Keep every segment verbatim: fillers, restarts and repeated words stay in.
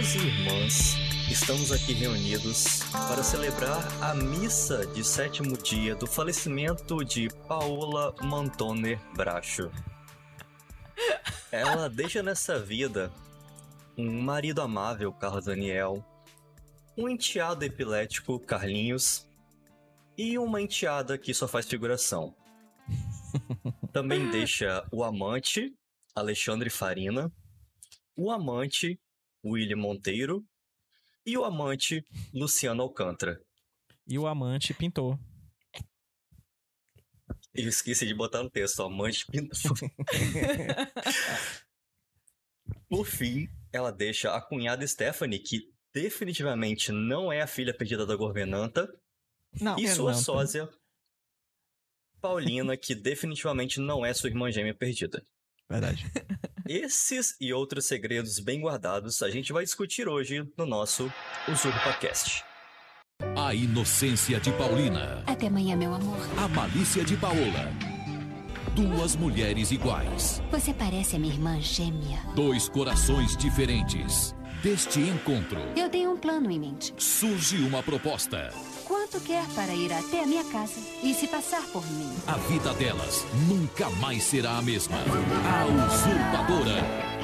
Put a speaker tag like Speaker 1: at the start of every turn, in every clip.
Speaker 1: Irmãos e irmãs, estamos aqui reunidos para celebrar a missa de sétimo dia do falecimento de Paola Mantoner Bracho. Ela deixa nessa vida um marido amável, Carlos Daniel, um enteado epilético, Carlinhos, e uma enteada que só faz figuração. Também deixa o amante, Alexandre Farina, o amante, William Monteiro, e o amante, Luciano Alcântara.
Speaker 2: E o amante, Pintor.
Speaker 1: Eu esqueci de botar no texto, o amante Pintor. Por fim, ela deixa a cunhada Stephanie, que definitivamente não é a filha perdida da governanta,
Speaker 3: Não,
Speaker 1: e sua
Speaker 2: não,
Speaker 1: sósia, Paulina, que definitivamente não é sua irmã gêmea perdida.
Speaker 2: Verdade.
Speaker 1: Esses e outros segredos bem guardados a gente vai discutir hoje no nosso UsurpaCast.
Speaker 4: A inocência de Paulina.
Speaker 5: Até amanhã, meu amor.
Speaker 4: A malícia de Paola. Duas mulheres iguais.
Speaker 5: Você parece a minha irmã gêmea.
Speaker 4: Dois corações diferentes. Deste encontro,
Speaker 5: Eu tenho um plano em mente.
Speaker 4: surge uma proposta.
Speaker 5: Quanto quer para ir até a minha casa e se passar por mim?
Speaker 4: A vida delas nunca mais será a mesma. A usurpadora.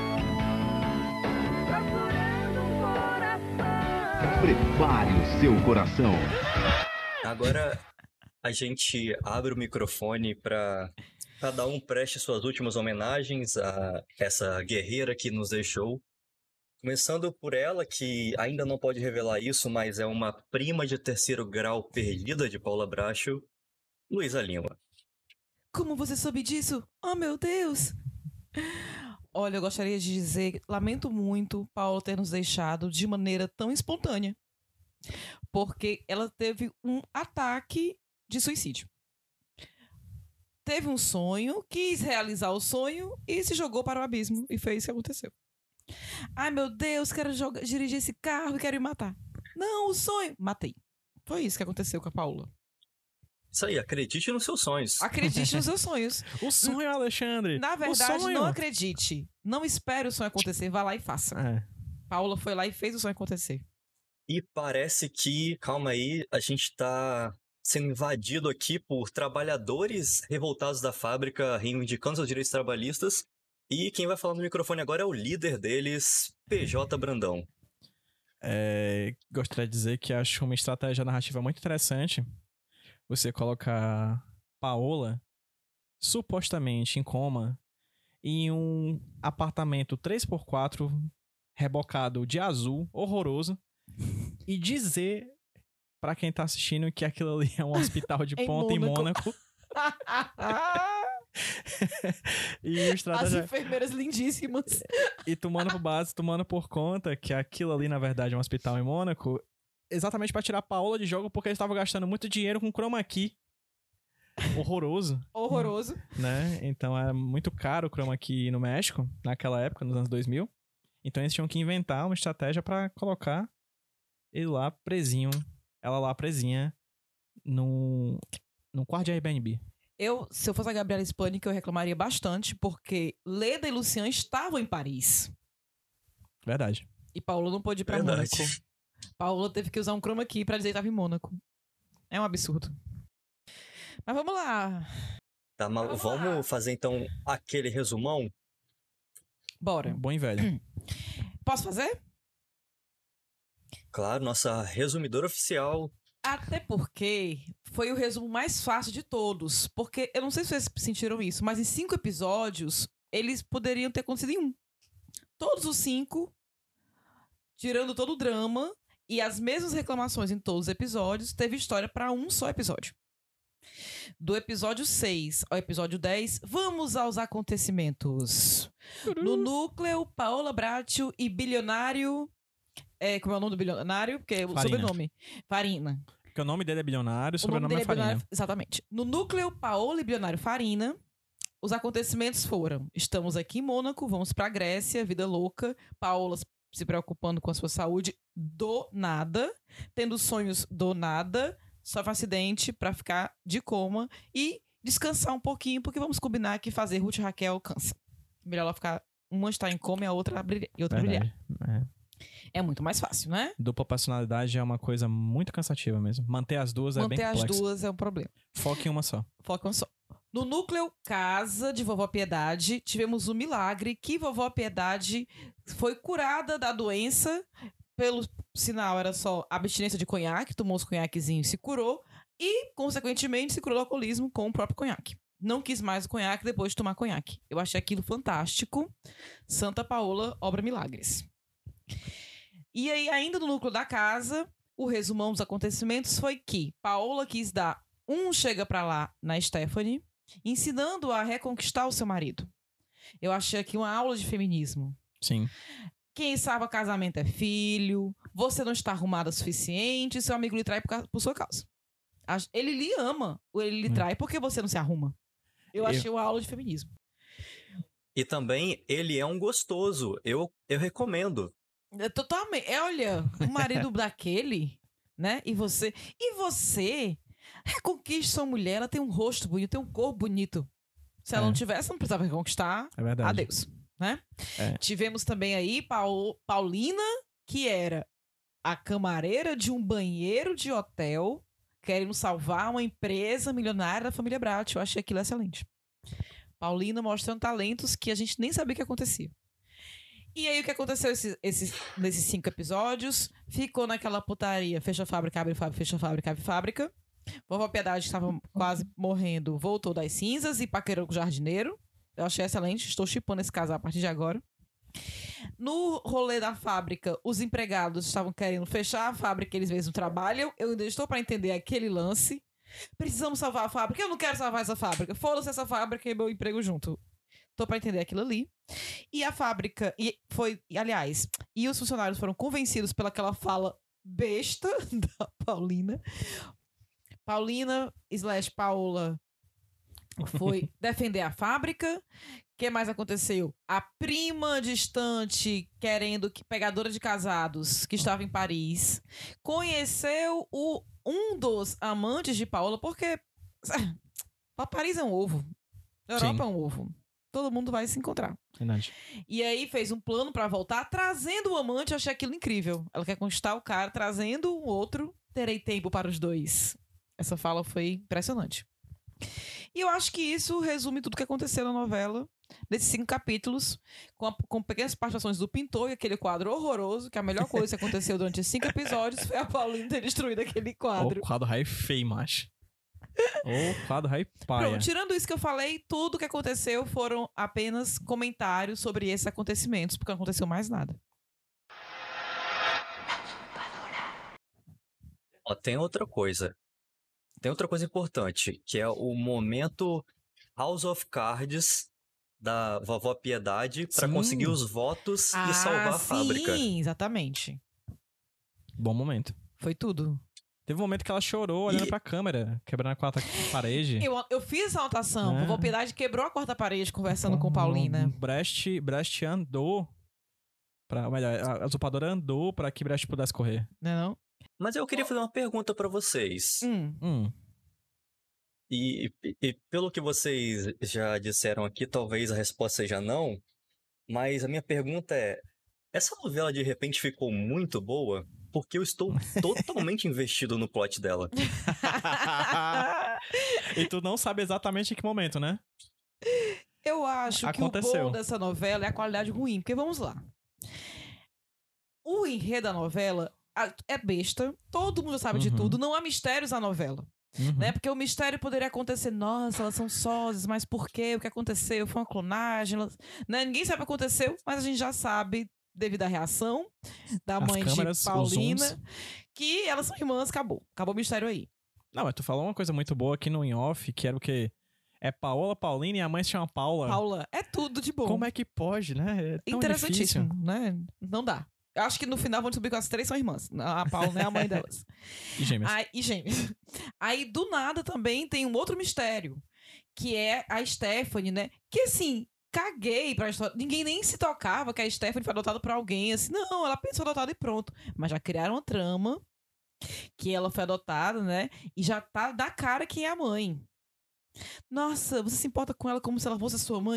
Speaker 6: Prepare o seu coração.
Speaker 1: Agora a gente abre o microfone para cada um preste suas últimas homenagens a essa guerreira que nos deixou. Começando por ela, que ainda não pode revelar isso, mas é uma prima de terceiro grau perdida de Paula Bracho, Luísa Lima.
Speaker 3: Como você soube disso? Oh, meu Deus! Olha, eu gostaria de dizer, lamento muito Paula ter nos deixado de maneira tão espontânea. Porque ela teve um ataque de suicídio. Teve um sonho, quis realizar o sonho e se jogou para o abismo. E foi isso que aconteceu. Ai, meu Deus, quero jogar, dirigir esse carro e quero me matar. Não, o sonho. Matei. Foi isso que aconteceu com a Paula.
Speaker 1: Isso aí, acredite nos seus sonhos.
Speaker 3: Acredite nos seus sonhos.
Speaker 2: O sonho, Alexandre.
Speaker 3: Na
Speaker 2: O
Speaker 3: verdade,
Speaker 2: sonho.
Speaker 3: não acredite. Não espere o sonho acontecer. Vá lá e faça.
Speaker 2: É.
Speaker 3: Paula foi lá e fez o sonho acontecer.
Speaker 1: E parece que, calma aí, a gente tá sendo invadido aqui por trabalhadores revoltados da fábrica reivindicando seus direitos trabalhistas. E quem vai falar no microfone agora é o líder deles, P J Brandão.
Speaker 2: É, gostaria de dizer que acho uma estratégia narrativa muito interessante você colocar Paola supostamente em coma em um apartamento três por quatro rebocado de azul, horroroso, e dizer pra quem tá assistindo que aquilo ali é um hospital de
Speaker 3: Em
Speaker 2: ponta em
Speaker 3: Mônaco.
Speaker 2: Mônaco. E o
Speaker 3: As
Speaker 2: estratégia...
Speaker 3: enfermeiras lindíssimas.
Speaker 2: E tomando por base, tomando por conta que aquilo ali, na verdade, é um hospital em Mônaco, exatamente pra tirar a Paola de jogo, porque eles estavam gastando muito dinheiro com chroma key. Horroroso.
Speaker 3: Horroroso.
Speaker 2: Né? Então era muito caro o chroma key no México, naquela época, nos anos dois mil. Então eles tinham que inventar uma estratégia pra colocar ele lá presinho, ela lá presinha, num, num quarto de Airbnb.
Speaker 3: Eu, se eu fosse a Gabriela Spanik, eu reclamaria bastante, porque Leda e Lucian estavam em Paris.
Speaker 2: Verdade.
Speaker 3: E Paula não pôde ir pra
Speaker 1: Verdade.
Speaker 3: Mônaco. Paula teve que usar um chroma key pra dizer que estava em Mônaco. É um absurdo. Mas vamos lá.
Speaker 1: Tá, mas
Speaker 3: Vamos
Speaker 1: vamos
Speaker 3: lá.
Speaker 1: fazer então aquele resumão?
Speaker 3: Bora.
Speaker 2: Bom e velho.
Speaker 3: Posso fazer?
Speaker 1: Claro, nossa resumidora oficial.
Speaker 3: Até porque foi o resumo mais fácil de todos. Porque, eu não sei se vocês sentiram isso, mas em cinco episódios, eles poderiam ter acontecido em um. Todos os cinco, tirando todo o drama, e as mesmas reclamações em todos os episódios, teve história pra um só episódio. Do episódio seis ao episódio dez, vamos aos acontecimentos. No núcleo, Paola Bracho e bilionário... É, como é o nome do bilionário? Porque é o
Speaker 2: Farina.
Speaker 3: sobrenome. Farina.
Speaker 2: Porque o nome dele é bilionário, o
Speaker 3: O nome
Speaker 2: sobrenome
Speaker 3: dele
Speaker 2: é Farina.
Speaker 3: bilionário- Exatamente. No núcleo, Paola e bilionário Farina, os acontecimentos foram: estamos aqui em Mônaco, vamos pra Grécia, vida louca. Paola se preocupando com a sua saúde do nada, tendo sonhos do nada, sofre um acidente pra ficar de coma e descansar um pouquinho, porque vamos combinar que fazer Ruth e Raquel cansa. Melhor ela ficar, uma está em coma e a outra brilha, e outra brilhar.
Speaker 2: Verdade. É.
Speaker 3: É muito mais fácil, né?
Speaker 2: Dupla personalidade é uma coisa muito cansativa mesmo. Manter as duas
Speaker 3: Manter
Speaker 2: é bem
Speaker 3: as
Speaker 2: complexo.
Speaker 3: duas é um problema.
Speaker 2: Foca em uma só.
Speaker 3: Foca só. No núcleo Casa de Vovó Piedade, tivemos um milagre que Vovó Piedade foi curada da doença. Pelo sinal, era só abstinência de conhaque, tomou os conhaquezinhos e se curou. E, consequentemente, se curou do alcoolismo com o próprio conhaque. Não quis mais o conhaque depois de tomar conhaque. Eu achei aquilo fantástico. Santa Paola, obra milagres. E aí, ainda no núcleo da casa, o resumão dos acontecimentos foi que Paola quis dar um chega pra lá na Stephanie, ensinando a reconquistar o seu marido. Eu achei aqui uma aula de feminismo.
Speaker 2: Sim.
Speaker 3: Quem salva casamento é filho, você não está arrumada o suficiente, seu amigo lhe trai por, causa, por sua causa. Ele lhe ama, ou ele lhe
Speaker 2: Hum.
Speaker 3: trai porque você não se arruma. Eu,
Speaker 2: Eu-
Speaker 3: achei uma aula de feminismo.
Speaker 1: E também, ele é um gostoso. Eu, eu recomendo.
Speaker 3: É totalmente. É, olha, o marido daquele, né? E você. E você reconquiste sua mulher, ela tem um rosto bonito, tem um corpo bonito. Se ela
Speaker 2: É.
Speaker 3: não tivesse, não precisava reconquistar.
Speaker 2: É verdade.
Speaker 3: Adeus, né?
Speaker 2: É.
Speaker 3: Tivemos também aí Paul, Paulina, que era a camareira de um banheiro de hotel, querendo salvar uma empresa milionária da família Brat. Eu achei aquilo excelente. Paulina mostrando talentos que a gente nem sabia que acontecia. E aí, o que aconteceu esses, esses, nesses cinco episódios? Ficou naquela putaria. Fecha a fábrica, abre fábrica, fecha a fábrica, abre fábrica. Vovó Piedade, que estava quase morrendo, voltou das cinzas e paquerou com o jardineiro. Eu achei excelente. Estou shippando esse casal a partir de agora. No rolê da fábrica, os empregados estavam querendo fechar a fábrica, eles mesmos trabalham. Eu ainda estou para entender aquele lance. Precisamos salvar a fábrica. Eu não quero salvar essa fábrica. Foda-se essa fábrica e meu emprego junto. Tô pra entender aquilo ali. E a fábrica, e foi, e, aliás, e os funcionários foram convencidos pelaquela fala besta da Paulina. Paulina slash Paola foi defender a fábrica. O que mais aconteceu? A prima distante, querendo que pegadora de casados, que estava em Paris, conheceu o, um dos amantes de Paola, porque pra Paris é um ovo. Europa
Speaker 2: Sim.
Speaker 3: é um ovo. Todo mundo vai se encontrar.
Speaker 2: Verdade.
Speaker 3: E aí fez um plano pra voltar, trazendo o amante. Eu achei aquilo incrível. Ela quer conquistar o cara, trazendo um outro. Terei tempo para os dois. Essa fala foi impressionante. E eu acho que isso resume tudo o que aconteceu na novela. Nesses cinco capítulos, com, a, com pequenas participações do pintor e aquele quadro horroroso, que a melhor coisa que aconteceu durante esses cinco episódios foi a Paulina ter destruído aquele quadro.
Speaker 2: O quadro raio feio, macho. O quadro raio paia.
Speaker 3: Pronto, tirando isso que eu falei, tudo que aconteceu foram apenas comentários sobre esses acontecimentos, porque não aconteceu mais nada.
Speaker 1: Ó, tem outra coisa. Tem outra coisa importante, que é o momento House of Cards da Vovó Piedade pra
Speaker 2: Sim.
Speaker 1: conseguir os votos e salvar a
Speaker 3: sim,
Speaker 1: fábrica.
Speaker 3: Sim, exatamente.
Speaker 2: Bom momento.
Speaker 3: Foi tudo.
Speaker 2: Teve um momento que ela chorou olhando
Speaker 1: E-
Speaker 2: pra câmera, quebrando a quarta parede.
Speaker 3: Eu, eu fiz essa anotação.
Speaker 2: É.
Speaker 3: Vovó Piedade quebrou a quarta parede conversando com Paulina.
Speaker 2: Brecht, Brecht andou pra, ou melhor, a a usurpadora andou pra que Brecht pudesse correr.
Speaker 3: Não é não?
Speaker 1: Mas eu queria fazer uma pergunta pra vocês.
Speaker 3: Hum.
Speaker 2: Hum.
Speaker 1: E, e- e pelo que vocês já disseram aqui, talvez a resposta seja não. Mas a minha pergunta é: essa novela de repente ficou muito boa? Porque eu estou totalmente investido no plot dela.
Speaker 2: E tu não sabe exatamente em que momento, né?
Speaker 3: Eu acho que o
Speaker 2: Aconteceu.
Speaker 3: bom dessa novela é a qualidade ruim. Porque vamos lá. O enredo da novela a- é besta. Todo mundo sabe de
Speaker 2: Uhum.
Speaker 3: tudo. Não há mistérios na novela.
Speaker 2: Uhum.
Speaker 3: Né? Porque o mistério poderia acontecer, nossa, elas são sósias, mas por quê? O que aconteceu? Foi uma clonagem? Elas... Né? Ninguém sabe o que aconteceu, mas a gente já sabe, devido à reação da
Speaker 2: As
Speaker 3: mãe
Speaker 2: câmeras,
Speaker 3: de
Speaker 2: os
Speaker 3: Paulina,
Speaker 2: zooms.
Speaker 3: que elas são irmãs, acabou. Acabou o mistério aí.
Speaker 2: Não, mas tu falou uma coisa muito boa aqui no in-off, que era o quê? É Paola, Paulina e a mãe se chama Paula.
Speaker 3: Paula, é tudo de bom.
Speaker 2: Como é que pode, né? É tão
Speaker 3: Interessantíssimo,
Speaker 2: difícil.
Speaker 3: né? Não dá. Eu acho que no final vão descobrir que as três são irmãs. A Paula é a mãe delas.
Speaker 2: E gêmeas.
Speaker 3: Aí, e gêmeas. Aí, do nada, também tem um outro mistério. Que é a Stephanie, né? Que, assim, caguei pra história. Ninguém nem se tocava que a Stephanie foi adotada por alguém. Assim, não, ela pensou adotada e pronto. Mas já criaram uma trama que ela foi adotada, né? E já tá da cara quem é a mãe. Nossa, você se importa com ela como se ela fosse a sua mãe?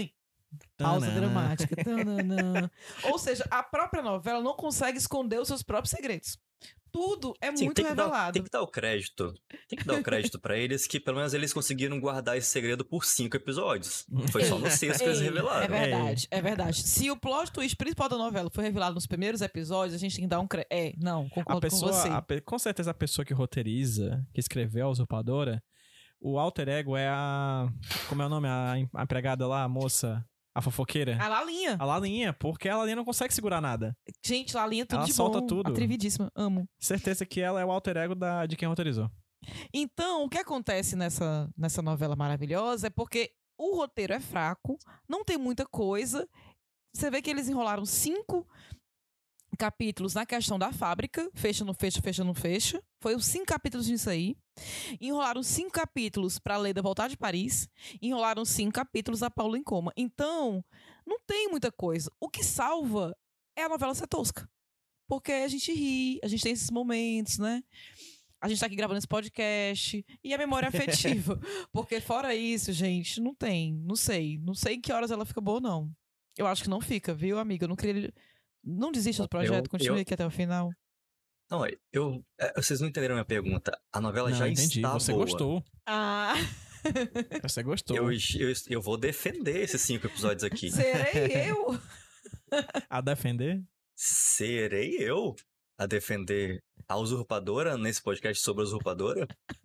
Speaker 3: Pausa
Speaker 2: Tanana.
Speaker 3: dramática. Tanana. Ou seja, a própria novela não consegue esconder os seus próprios segredos. Tudo é
Speaker 1: Sim,
Speaker 3: muito
Speaker 1: tem que, dar,
Speaker 3: revelado.
Speaker 1: tem que dar o crédito. Tem que dar o crédito pra eles que pelo menos eles conseguiram guardar esse segredo por cinco episódios. Foi só no sexto que eles
Speaker 3: Ei,
Speaker 1: revelaram.
Speaker 3: É verdade, é verdade. Se o plot twist principal da novela foi revelado nos primeiros episódios, a gente tem que dar um crédito. É, não,
Speaker 2: A
Speaker 3: concordo
Speaker 2: pessoa,
Speaker 3: com você.
Speaker 2: a pe- com certeza a pessoa que roteiriza, que escreveu a Usurpadora, o alter ego é a... Como é o nome? A, em- a empregada lá, a moça, a fofoqueira.
Speaker 3: A Lalinha.
Speaker 2: A Lalinha, porque a Lalinha não consegue segurar nada.
Speaker 3: Gente, Lalinha, tudo
Speaker 2: Ela
Speaker 3: de
Speaker 2: solta
Speaker 3: bom.
Speaker 2: tudo.
Speaker 3: Atrevidíssima, amo.
Speaker 2: Certeza que ela é o alter ego da, de quem roteirizou.
Speaker 3: Então, o que acontece nessa, nessa novela maravilhosa é porque o roteiro é fraco, não tem muita coisa. Você vê que eles enrolaram cinco capítulos na questão da fábrica. Fecha, não fecha, fecha, não fecha. Foi os cinco capítulos disso aí. Enrolaram cinco capítulos pra Leda voltar de Paris. Enrolaram cinco capítulos da Paula em coma. Então, não tem muita coisa. O que salva é a novela ser tosca. Porque a gente ri, a gente tem esses momentos, né? A gente tá aqui gravando esse podcast. E a memória afetiva. Porque fora isso, gente, não tem. Não sei. Não sei em que horas ela fica boa, não. Eu acho que não fica, viu, amiga? Eu não queria... Não desista do projeto,
Speaker 1: Eu-
Speaker 3: continue
Speaker 1: eu-
Speaker 3: aqui até o final.
Speaker 1: Não, eu, é, vocês não entenderam a minha pergunta. A novela
Speaker 2: Não,
Speaker 1: já
Speaker 2: entendi.
Speaker 1: está
Speaker 2: Você
Speaker 1: boa.
Speaker 2: gostou.
Speaker 3: Ah,
Speaker 2: Você gostou.
Speaker 1: Eu, eu, eu vou defender esses cinco episódios aqui.
Speaker 3: serei eu?
Speaker 2: A defender?
Speaker 1: Serei eu a defender a usurpadora nesse podcast sobre a usurpadora?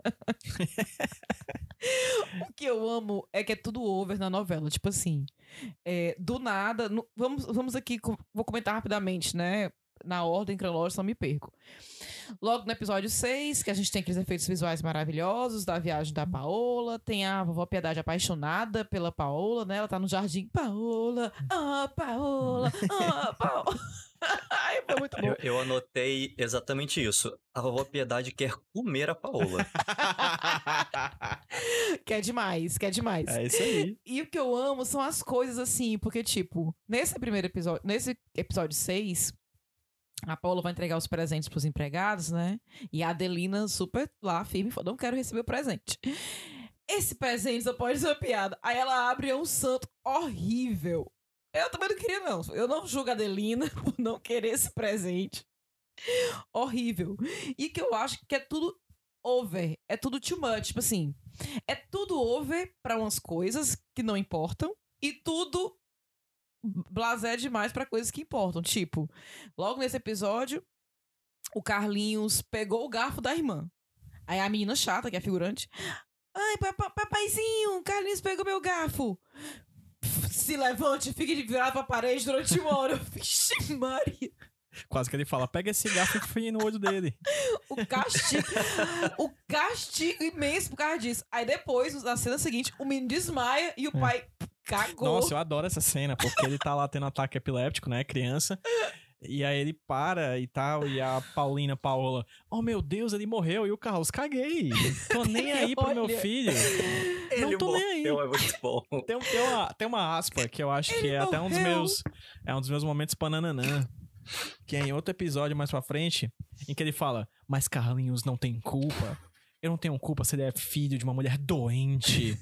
Speaker 3: O que eu amo é que é tudo over na novela. Tipo assim, é, do nada... no- vamos, vamos aqui, com- vou comentar rapidamente, né? Na ordem cronológica, não me perco. Logo no episódio seis, que a gente tem aqueles efeitos visuais maravilhosos da viagem da Paola. Tem a vovó Piedade apaixonada pela Paola, né? Ela tá no jardim. Paola, ah, Paola, ah, Paola. Ai, foi muito bom.
Speaker 1: Eu, eu anotei exatamente isso. A vovó Piedade quer comer a Paola.
Speaker 3: Quer demais, quer demais.
Speaker 2: É isso aí.
Speaker 3: E o que eu amo são as coisas assim, porque, tipo, nesse primeiro episódio, nesse episódio seis, a Paula vai entregar os presentes pros empregados, né? E a Adelina super lá, firme, falou, não quero receber o presente. Esse presente só pode ser uma piada. Aí ela abre e é um santo horrível. Eu também não queria, não. Eu não julgo a Adelina por não querer esse presente. Horrível. E que eu acho que é tudo over. É tudo too much. Tipo assim, é tudo over pra umas coisas que não importam e tudo blasé demais pra coisas que importam. Tipo, logo nesse episódio, o Carlinhos pegou o garfo da irmã. Aí a menina chata, que é figurante, ai, papa- papaizinho, o Carlinhos pegou meu garfo. Se levante e fique virado pra parede durante uma hora. Vixe, Maria.
Speaker 2: Quase que ele fala, pega esse garfo e enfia no olho dele.
Speaker 3: O castigo. o castigo imenso por causa disso. Aí depois, na cena seguinte, o menino desmaia e o pai cagou.
Speaker 2: Nossa, eu adoro essa cena, porque ele tá lá tendo ataque epiléptico, né, criança. E aí ele para e tal, e a Paulina, Paola, oh meu Deus, ele morreu. E o Carlos, caguei. Tô nem aí pro meu
Speaker 3: Olha.
Speaker 2: filho.
Speaker 1: Ele
Speaker 2: Não tô nem aí.
Speaker 1: morreu, é muito bom.
Speaker 2: Tem, tem, uma, tem uma aspa que eu acho que
Speaker 3: Ele
Speaker 2: é até um dos
Speaker 3: morreu.
Speaker 2: meus. É um dos meus momentos pananã. Que é em outro episódio mais pra frente, em que ele fala: mas Carlinhos não tem culpa. Eu não tenho culpa se ele é filho de uma mulher doente.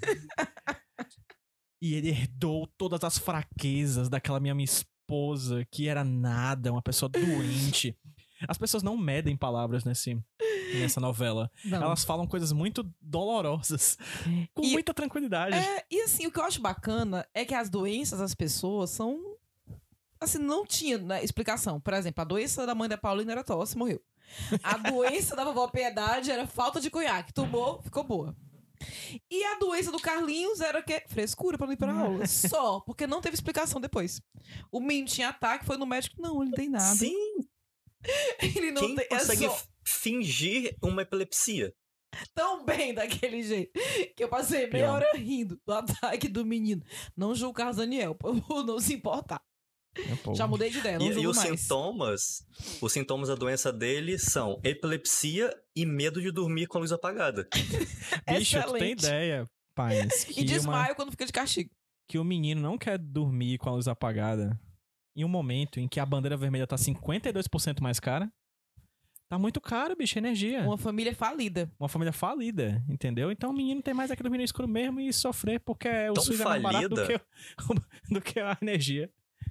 Speaker 2: E ele herdou todas as fraquezas daquela minha, minha esposa, que era nada, uma pessoa doente. As pessoas não medem palavras nesse, nessa novela.
Speaker 3: Não.
Speaker 2: Elas falam coisas muito dolorosas, com
Speaker 3: E-
Speaker 2: muita tranquilidade.
Speaker 3: É, e assim, o que eu acho bacana é que as doenças das pessoas são. Assim, não tinha, né, explicação. Por exemplo, a doença da mãe da Paulina era tosse, morreu. A doença da vovó Piedade era falta de conhaque. Tomou, ficou boa. E a doença do Carlinhos era que frescura pra não ir pra aula. Só, porque não teve explicação depois. O menino tinha ataque, foi no médico. Não, ele não tem nada.
Speaker 1: Sim,
Speaker 3: Ele não
Speaker 1: quem
Speaker 3: tem.
Speaker 1: consegue
Speaker 3: É só
Speaker 1: f- fingir uma epilepsia?
Speaker 3: tão bem daquele jeito que eu passei meia
Speaker 2: Pior.
Speaker 3: hora rindo do ataque do menino. Não julgo o Carlos Daniel, por não se importar.
Speaker 2: É, pô.
Speaker 3: Já mudei de ideia, não
Speaker 1: E, e
Speaker 3: julgo
Speaker 1: os
Speaker 3: mais.
Speaker 1: sintomas, os sintomas da doença dele são epilepsia e medo de dormir com a luz apagada.
Speaker 2: Bicho, tu tem
Speaker 3: Excelente.
Speaker 2: ideia, Paz,
Speaker 3: E
Speaker 2: que, uma,
Speaker 3: desmaio quando fica de castigo.
Speaker 2: que o menino não quer dormir com a luz apagada em um momento em que a bandeira vermelha tá cinquenta e dois por cento mais cara? Tá muito caro, bicho, a energia.
Speaker 3: Uma família falida.
Speaker 2: Uma família falida, entendeu? Então o menino tem mais aquele menino escuro mesmo e sofrer porque o
Speaker 1: Tão
Speaker 2: SUS é mais barato do
Speaker 1: falida?
Speaker 2: que, do que a energia.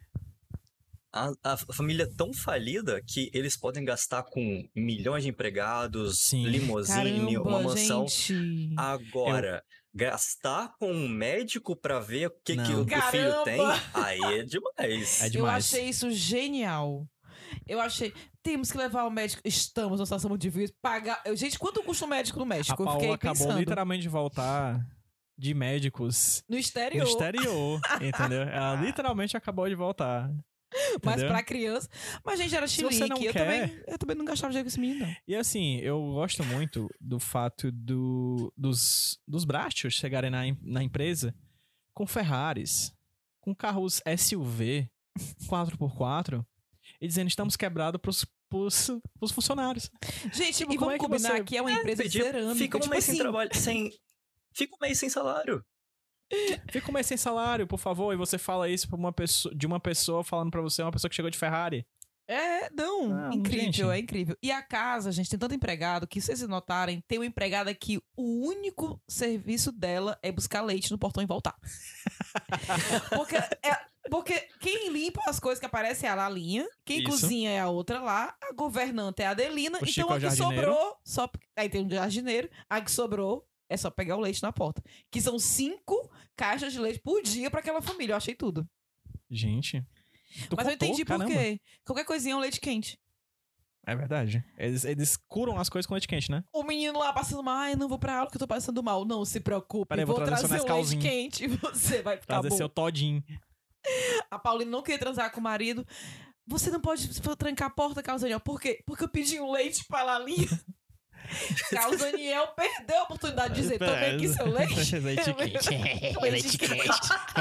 Speaker 1: A, a família é tão falida que eles podem gastar com milhões de empregados,
Speaker 2: Sim.
Speaker 1: limousine,
Speaker 3: Caramba,
Speaker 1: uma mansão.
Speaker 3: gente.
Speaker 1: Agora, gastar com um médico pra ver o que, que
Speaker 2: Não.
Speaker 1: o, o filho
Speaker 3: Caramba!
Speaker 1: tem, aí é demais.
Speaker 2: É
Speaker 3: Eu
Speaker 2: demais.
Speaker 3: achei isso genial. Eu achei... Temos que levar o médico... Estamos numa situação muito difícil. Pagar... Eu, gente, quanto custa um médico no
Speaker 2: A
Speaker 3: México? Eu
Speaker 2: Paola
Speaker 3: fiquei
Speaker 2: acabou
Speaker 3: pensando.
Speaker 2: literalmente de voltar de médicos
Speaker 3: No exterior.
Speaker 2: no exterior, entendeu? Ela literalmente acabou de voltar.
Speaker 3: Mas
Speaker 2: entendeu?
Speaker 3: pra criança... Mas, gente, era
Speaker 2: Se você
Speaker 3: chilique.
Speaker 2: não
Speaker 3: Eu
Speaker 2: quer-
Speaker 3: também, eu também não gastava dinheiro com esse menino, não.
Speaker 2: E assim, eu gosto muito do fato do, dos, dos Brachos chegarem na, em- na empresa com Ferraris, com carros S U V quatro por quatro e dizendo estamos quebrados pros, pros, pros funcionários.
Speaker 3: Gente,
Speaker 2: Tipo,
Speaker 3: e
Speaker 2: como
Speaker 3: vamos
Speaker 2: é que
Speaker 3: combinar
Speaker 2: você-
Speaker 3: que é uma empresa de
Speaker 1: Pedir-
Speaker 3: cerâmica.
Speaker 1: fica um
Speaker 3: tipo
Speaker 1: mês sem
Speaker 3: assim,
Speaker 1: trabalho, sem... Fica um mês sem salário.
Speaker 2: Fica um mês sem salário, por favor, e você fala isso pra uma pessoa, de uma pessoa falando pra você, uma pessoa que chegou de Ferrari.
Speaker 3: É, não,
Speaker 2: Não,
Speaker 3: incrível,
Speaker 2: gente.
Speaker 3: é incrível. E a casa, gente, tem tanto empregado que, se vocês notarem, tem uma empregada que o único serviço dela é buscar leite no portão e voltar. porque, é, porque quem limpa as coisas que aparecem é a Lalinha, quem
Speaker 2: Isso.
Speaker 3: cozinha é a outra lá, a governanta é a Adelina,
Speaker 2: O Chico
Speaker 3: então
Speaker 2: é
Speaker 3: a
Speaker 2: o
Speaker 3: que
Speaker 2: jardineiro.
Speaker 3: sobrou, só, aí tem um jardineiro, a que sobrou é só pegar o leite na porta. Que são cinco caixas de leite por dia pra aquela família, eu achei tudo.
Speaker 2: Gente. tu
Speaker 3: Mas eu
Speaker 2: contou?
Speaker 3: entendi
Speaker 2: Caramba.
Speaker 3: por quê. Qualquer coisinha é um leite quente.
Speaker 2: É verdade. Eles, eles curam as coisas com leite quente, né?
Speaker 3: O menino lá passando mal, ai, não vou pra aula que eu tô passando mal. Não se preocupe,
Speaker 2: Peraí,
Speaker 3: vou,
Speaker 2: vou trazer
Speaker 3: trazer
Speaker 2: seu
Speaker 3: um leite
Speaker 2: Nescauzinho.
Speaker 3: quente e você vai ficar
Speaker 2: Trazer
Speaker 3: bom.
Speaker 2: seu todinho.
Speaker 3: A Paulina não queria transar com o marido. Você não pode trancar a porta, Carlos Daniel. Por quê? Porque eu pedi um leite pra Lalinha. Carlos Daniel perdeu a oportunidade de dizer, tomei aqui seu leite.
Speaker 2: Leite quente.
Speaker 3: Leite quente.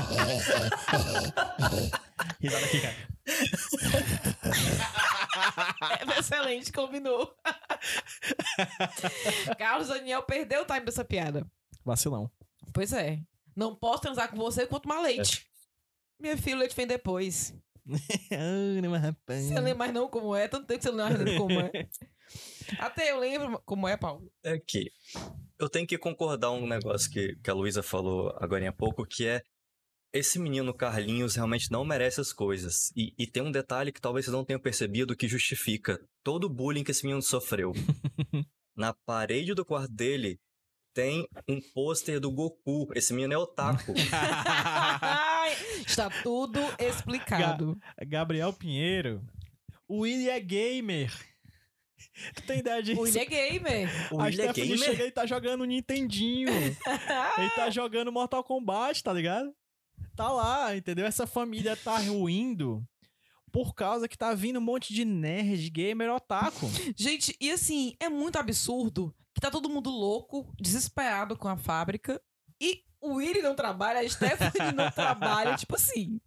Speaker 2: Risada aqui, cara.
Speaker 3: É excelente, combinou. Carlos Daniel perdeu o time dessa piada.
Speaker 2: Vacilão.
Speaker 3: Pois é. Não posso transar com você enquanto tomar leite. Minha filha, o leite vem depois. Você lembra mais não como é? Tanto tempo que você não lembra como é. Até eu lembro como é, Paulo.
Speaker 1: É que eu tenho que concordar um negócio que, que a Luísa falou agora há pouco, que é esse menino Carlinhos realmente não merece as coisas. E, e tem um detalhe que talvez vocês não tenham percebido que justifica todo o bullying que esse menino sofreu. Na parede do quarto dele tem um pôster do Goku. Esse menino é otaku.
Speaker 3: Ai, está tudo explicado.
Speaker 2: Gabriel Pinheiro. O Willy é gamer. Tu tem ideia disso?
Speaker 3: O William é gamer.
Speaker 1: O
Speaker 2: A
Speaker 1: William é
Speaker 2: Stephanie
Speaker 1: gamer?
Speaker 2: chega e tá jogando Nintendinho. Ele tá jogando Mortal Kombat, tá ligado? Tá lá, entendeu? Essa família tá ruindo por causa que tá vindo um monte de nerd, gamer, otaku.
Speaker 3: Gente, e assim, é muito absurdo que tá todo mundo louco, desesperado com a fábrica. E o Willy não trabalha, a Stephanie não trabalha. Tipo assim.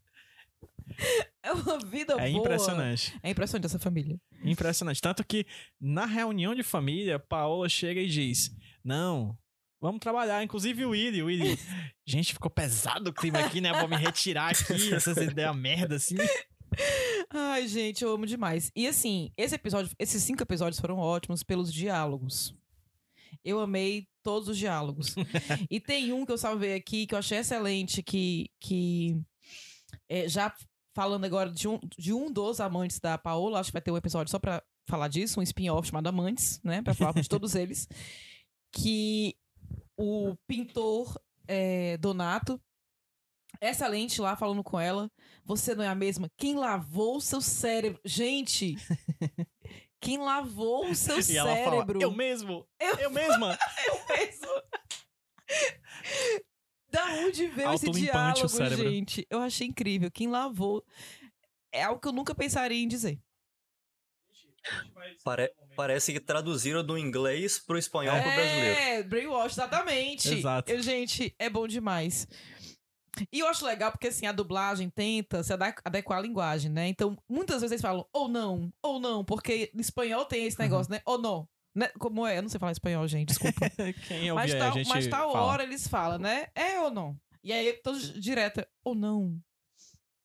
Speaker 3: É uma vida
Speaker 2: É
Speaker 3: boa.
Speaker 2: impressionante.
Speaker 3: É impressionante essa família.
Speaker 2: Impressionante. Tanto que na reunião de família, Paola chega e diz: Não, vamos trabalhar. Inclusive o Willy. O Willy, gente, ficou pesado o clima aqui, né? Vou me retirar aqui, essas ideias merda assim.
Speaker 3: Ai, gente, eu amo demais. E assim, esse episódio, esses cinco episódios foram ótimos pelos diálogos. Eu amei todos os diálogos. E tem um que eu salvei aqui, que eu achei excelente, que, que é, já falando agora de um, de um dos amantes da Paola, acho que vai ter um episódio só pra falar disso, um spin-off chamado Amantes, né? Pra falar de todos eles. Que o pintor é, Donato, excelente lá falando com ela. Você não é a mesma? Quem lavou o seu cérebro? Gente, quem lavou o seu
Speaker 2: E ela fala:
Speaker 3: cérebro?
Speaker 2: Eu mesmo!
Speaker 3: Eu-
Speaker 2: Eu, mesma!
Speaker 3: Eu mesmo. Da onde veio esse
Speaker 2: Autolimpante o
Speaker 3: diálogo,
Speaker 2: cérebro.
Speaker 3: gente? Eu achei incrível. Quem lavou é algo que eu nunca pensaria em dizer.
Speaker 1: Pare- parece que traduziram do inglês pro espanhol pro brasileiro.
Speaker 3: É, brainwash, exatamente.
Speaker 2: Exato.
Speaker 3: Eu, gente, é bom demais. E eu acho legal porque, assim, a dublagem tenta se ade- adequar à linguagem, né? Então, muitas vezes eles falam ou não, ou não, porque em espanhol tem esse negócio, né? Ou não. Né? Como é? Eu não sei falar espanhol, gente, desculpa.
Speaker 2: Quem ouvir
Speaker 3: mas,
Speaker 2: aí,
Speaker 3: tal,
Speaker 2: a gente
Speaker 3: mas tal
Speaker 2: fala.
Speaker 3: hora eles falam, né? É ou não? E aí, todos direto, ou não.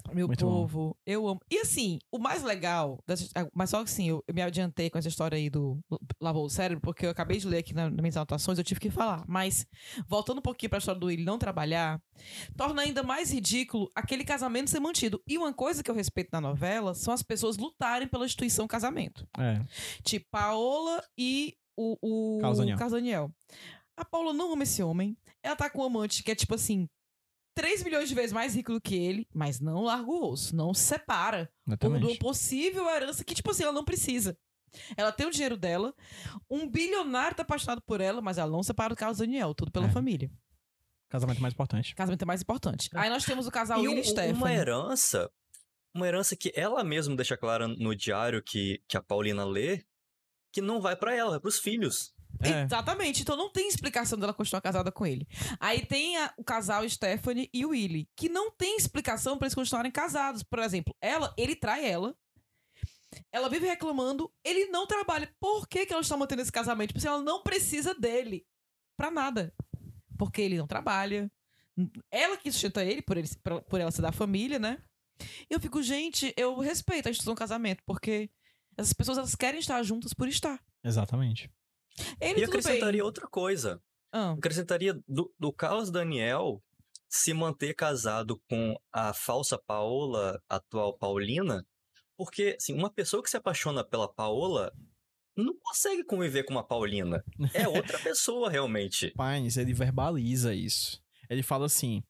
Speaker 3: Meu
Speaker 2: Muito
Speaker 3: povo, eu amo. E assim, o mais legal, dessa, mas só que assim, eu, eu me adiantei com essa história aí do lavou o cérebro, porque eu acabei de ler aqui na, nas minhas anotações, eu tive que falar. Mas, voltando um pouquinho pra história do ele não trabalhar, torna ainda mais ridículo aquele casamento ser mantido. E uma coisa que eu respeito na novela são as pessoas lutarem pela instituição casamento.
Speaker 2: É.
Speaker 3: Tipo, Paola e o, o
Speaker 2: Carlos Daniel.
Speaker 3: Carlos Daniel. A Paola não ama esse homem. Ela tá com um amante que é tipo assim, três milhões de vezes mais rico do que ele, mas não larga o osso, não se separa. Por uma possível herança que, tipo assim, ela não precisa. Ela tem o dinheiro dela, um bilionário tá apaixonado por ela, mas ela não separa do Carlos Daniel, tudo pela
Speaker 2: É.
Speaker 3: família.
Speaker 2: Casamento mais importante.
Speaker 3: Casamento é mais importante. Aí nós temos o casal
Speaker 1: E
Speaker 3: Will e
Speaker 1: um-
Speaker 3: Stephanie.
Speaker 1: uma herança, uma herança que ela mesma deixa clara no diário que, que a Paulina lê, que não vai pra ela, vai pros filhos.
Speaker 2: É.
Speaker 3: Exatamente, então não tem explicação dela continuar casada com ele. Aí tem a- o casal Stephanie e o Willie, que não tem explicação pra eles continuarem casados. Por exemplo, ela, ele trai ela, ela vive reclamando, ele não trabalha. Por que, que ela está mantendo esse casamento? Tipo assim, ela não precisa dele pra nada. Porque ele não trabalha. Ela que sustenta ele, por, ele, por- por ela ser da família, né? E eu fico, gente, eu respeito a instituição do casamento, porque essas pessoas elas querem estar juntas por estar.
Speaker 2: Exatamente.
Speaker 3: Ele
Speaker 1: E
Speaker 3: tudo
Speaker 1: acrescentaria
Speaker 3: bem.
Speaker 1: outra coisa.
Speaker 3: Ah,
Speaker 1: Acrescentaria do, do Carlos Daniel se manter casado com a falsa Paola, atual Paulina, porque assim, uma pessoa que se apaixona pela Paola não consegue conviver com uma Paulina. É outra pessoa, realmente.
Speaker 2: Pines, ele verbaliza isso. Ele fala assim: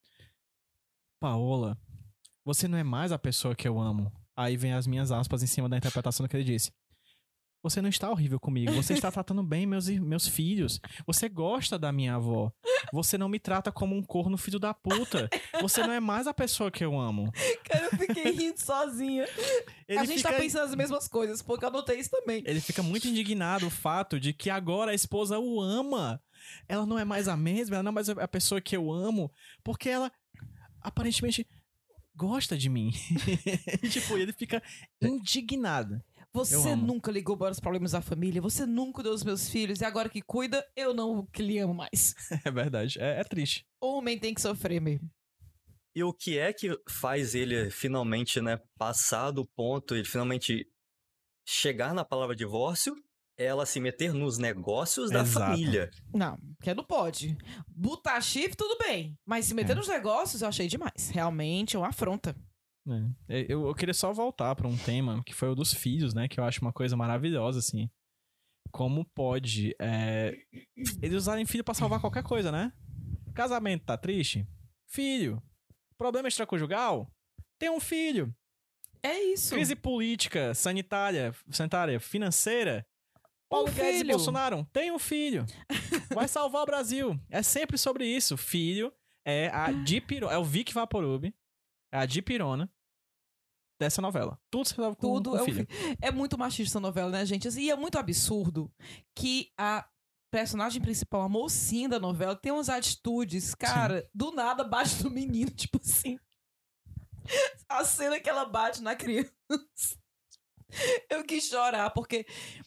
Speaker 2: Paola, você não é mais a pessoa que eu amo. Aí vem as minhas aspas em cima da interpretação do que ele disse. Você não está horrível comigo. Você está tratando bem meus, meus filhos. Você gosta da minha avó. Você não me trata como um corno filho da puta. Você não é mais a pessoa que eu amo.
Speaker 3: cara, eu fiquei rindo sozinha.
Speaker 2: Ele
Speaker 3: a gente
Speaker 2: fica,
Speaker 3: tá pensando as mesmas coisas, porque eu anotei isso também.
Speaker 2: ele fica muito indignado o fato de que agora a esposa o ama. Ela não é mais a mesma, ela não é mais a pessoa que eu amo, porque ela aparentemente gosta de mim. E, tipo, ele fica indignado.
Speaker 3: Você
Speaker 2: Eu amo.
Speaker 3: nunca ligou para os problemas da família, você nunca deu os meus filhos, e agora que cuida, eu não que lhe amo mais.
Speaker 2: É verdade, é, é triste.
Speaker 3: Homem tem que sofrer mesmo.
Speaker 1: E o que é que faz ele finalmente, né, passar do ponto, ele finalmente chegar na palavra divórcio, é ela se meter nos negócios da
Speaker 2: Exato.
Speaker 1: família.
Speaker 3: Não, porque não pode. Botar chifre, tudo bem. Mas se meter
Speaker 2: É.
Speaker 3: nos negócios, eu achei demais. Realmente é uma afronta.
Speaker 2: É. Eu, eu queria só voltar pra um tema que foi o dos filhos, né? Que eu acho uma coisa maravilhosa, assim. Como pode é, eles usarem filho pra salvar qualquer coisa, né? Casamento tá triste? Filho. Problema extraconjugal? Tem um filho.
Speaker 3: É isso.
Speaker 2: Crise política, sanitária, sanitária, financeira? Paulo
Speaker 3: Um
Speaker 2: Guedes e
Speaker 3: filho.
Speaker 2: Bolsonaro? Tem um filho. Vai salvar o Brasil. É sempre sobre isso. Filho é a dipirona, é o Vic Vaporub, é a dipirona dessa novela. Tudo se resolve com,
Speaker 3: Tudo
Speaker 2: com
Speaker 3: é, um
Speaker 2: filho.
Speaker 3: fi- é muito machista essa novela, né, gente? Assim, e é muito absurdo que a personagem principal, a mocinha da novela, tem umas atitudes, cara, do nada bate no menino, tipo assim. A cena que ela bate na criança. Eu quis chorar, porque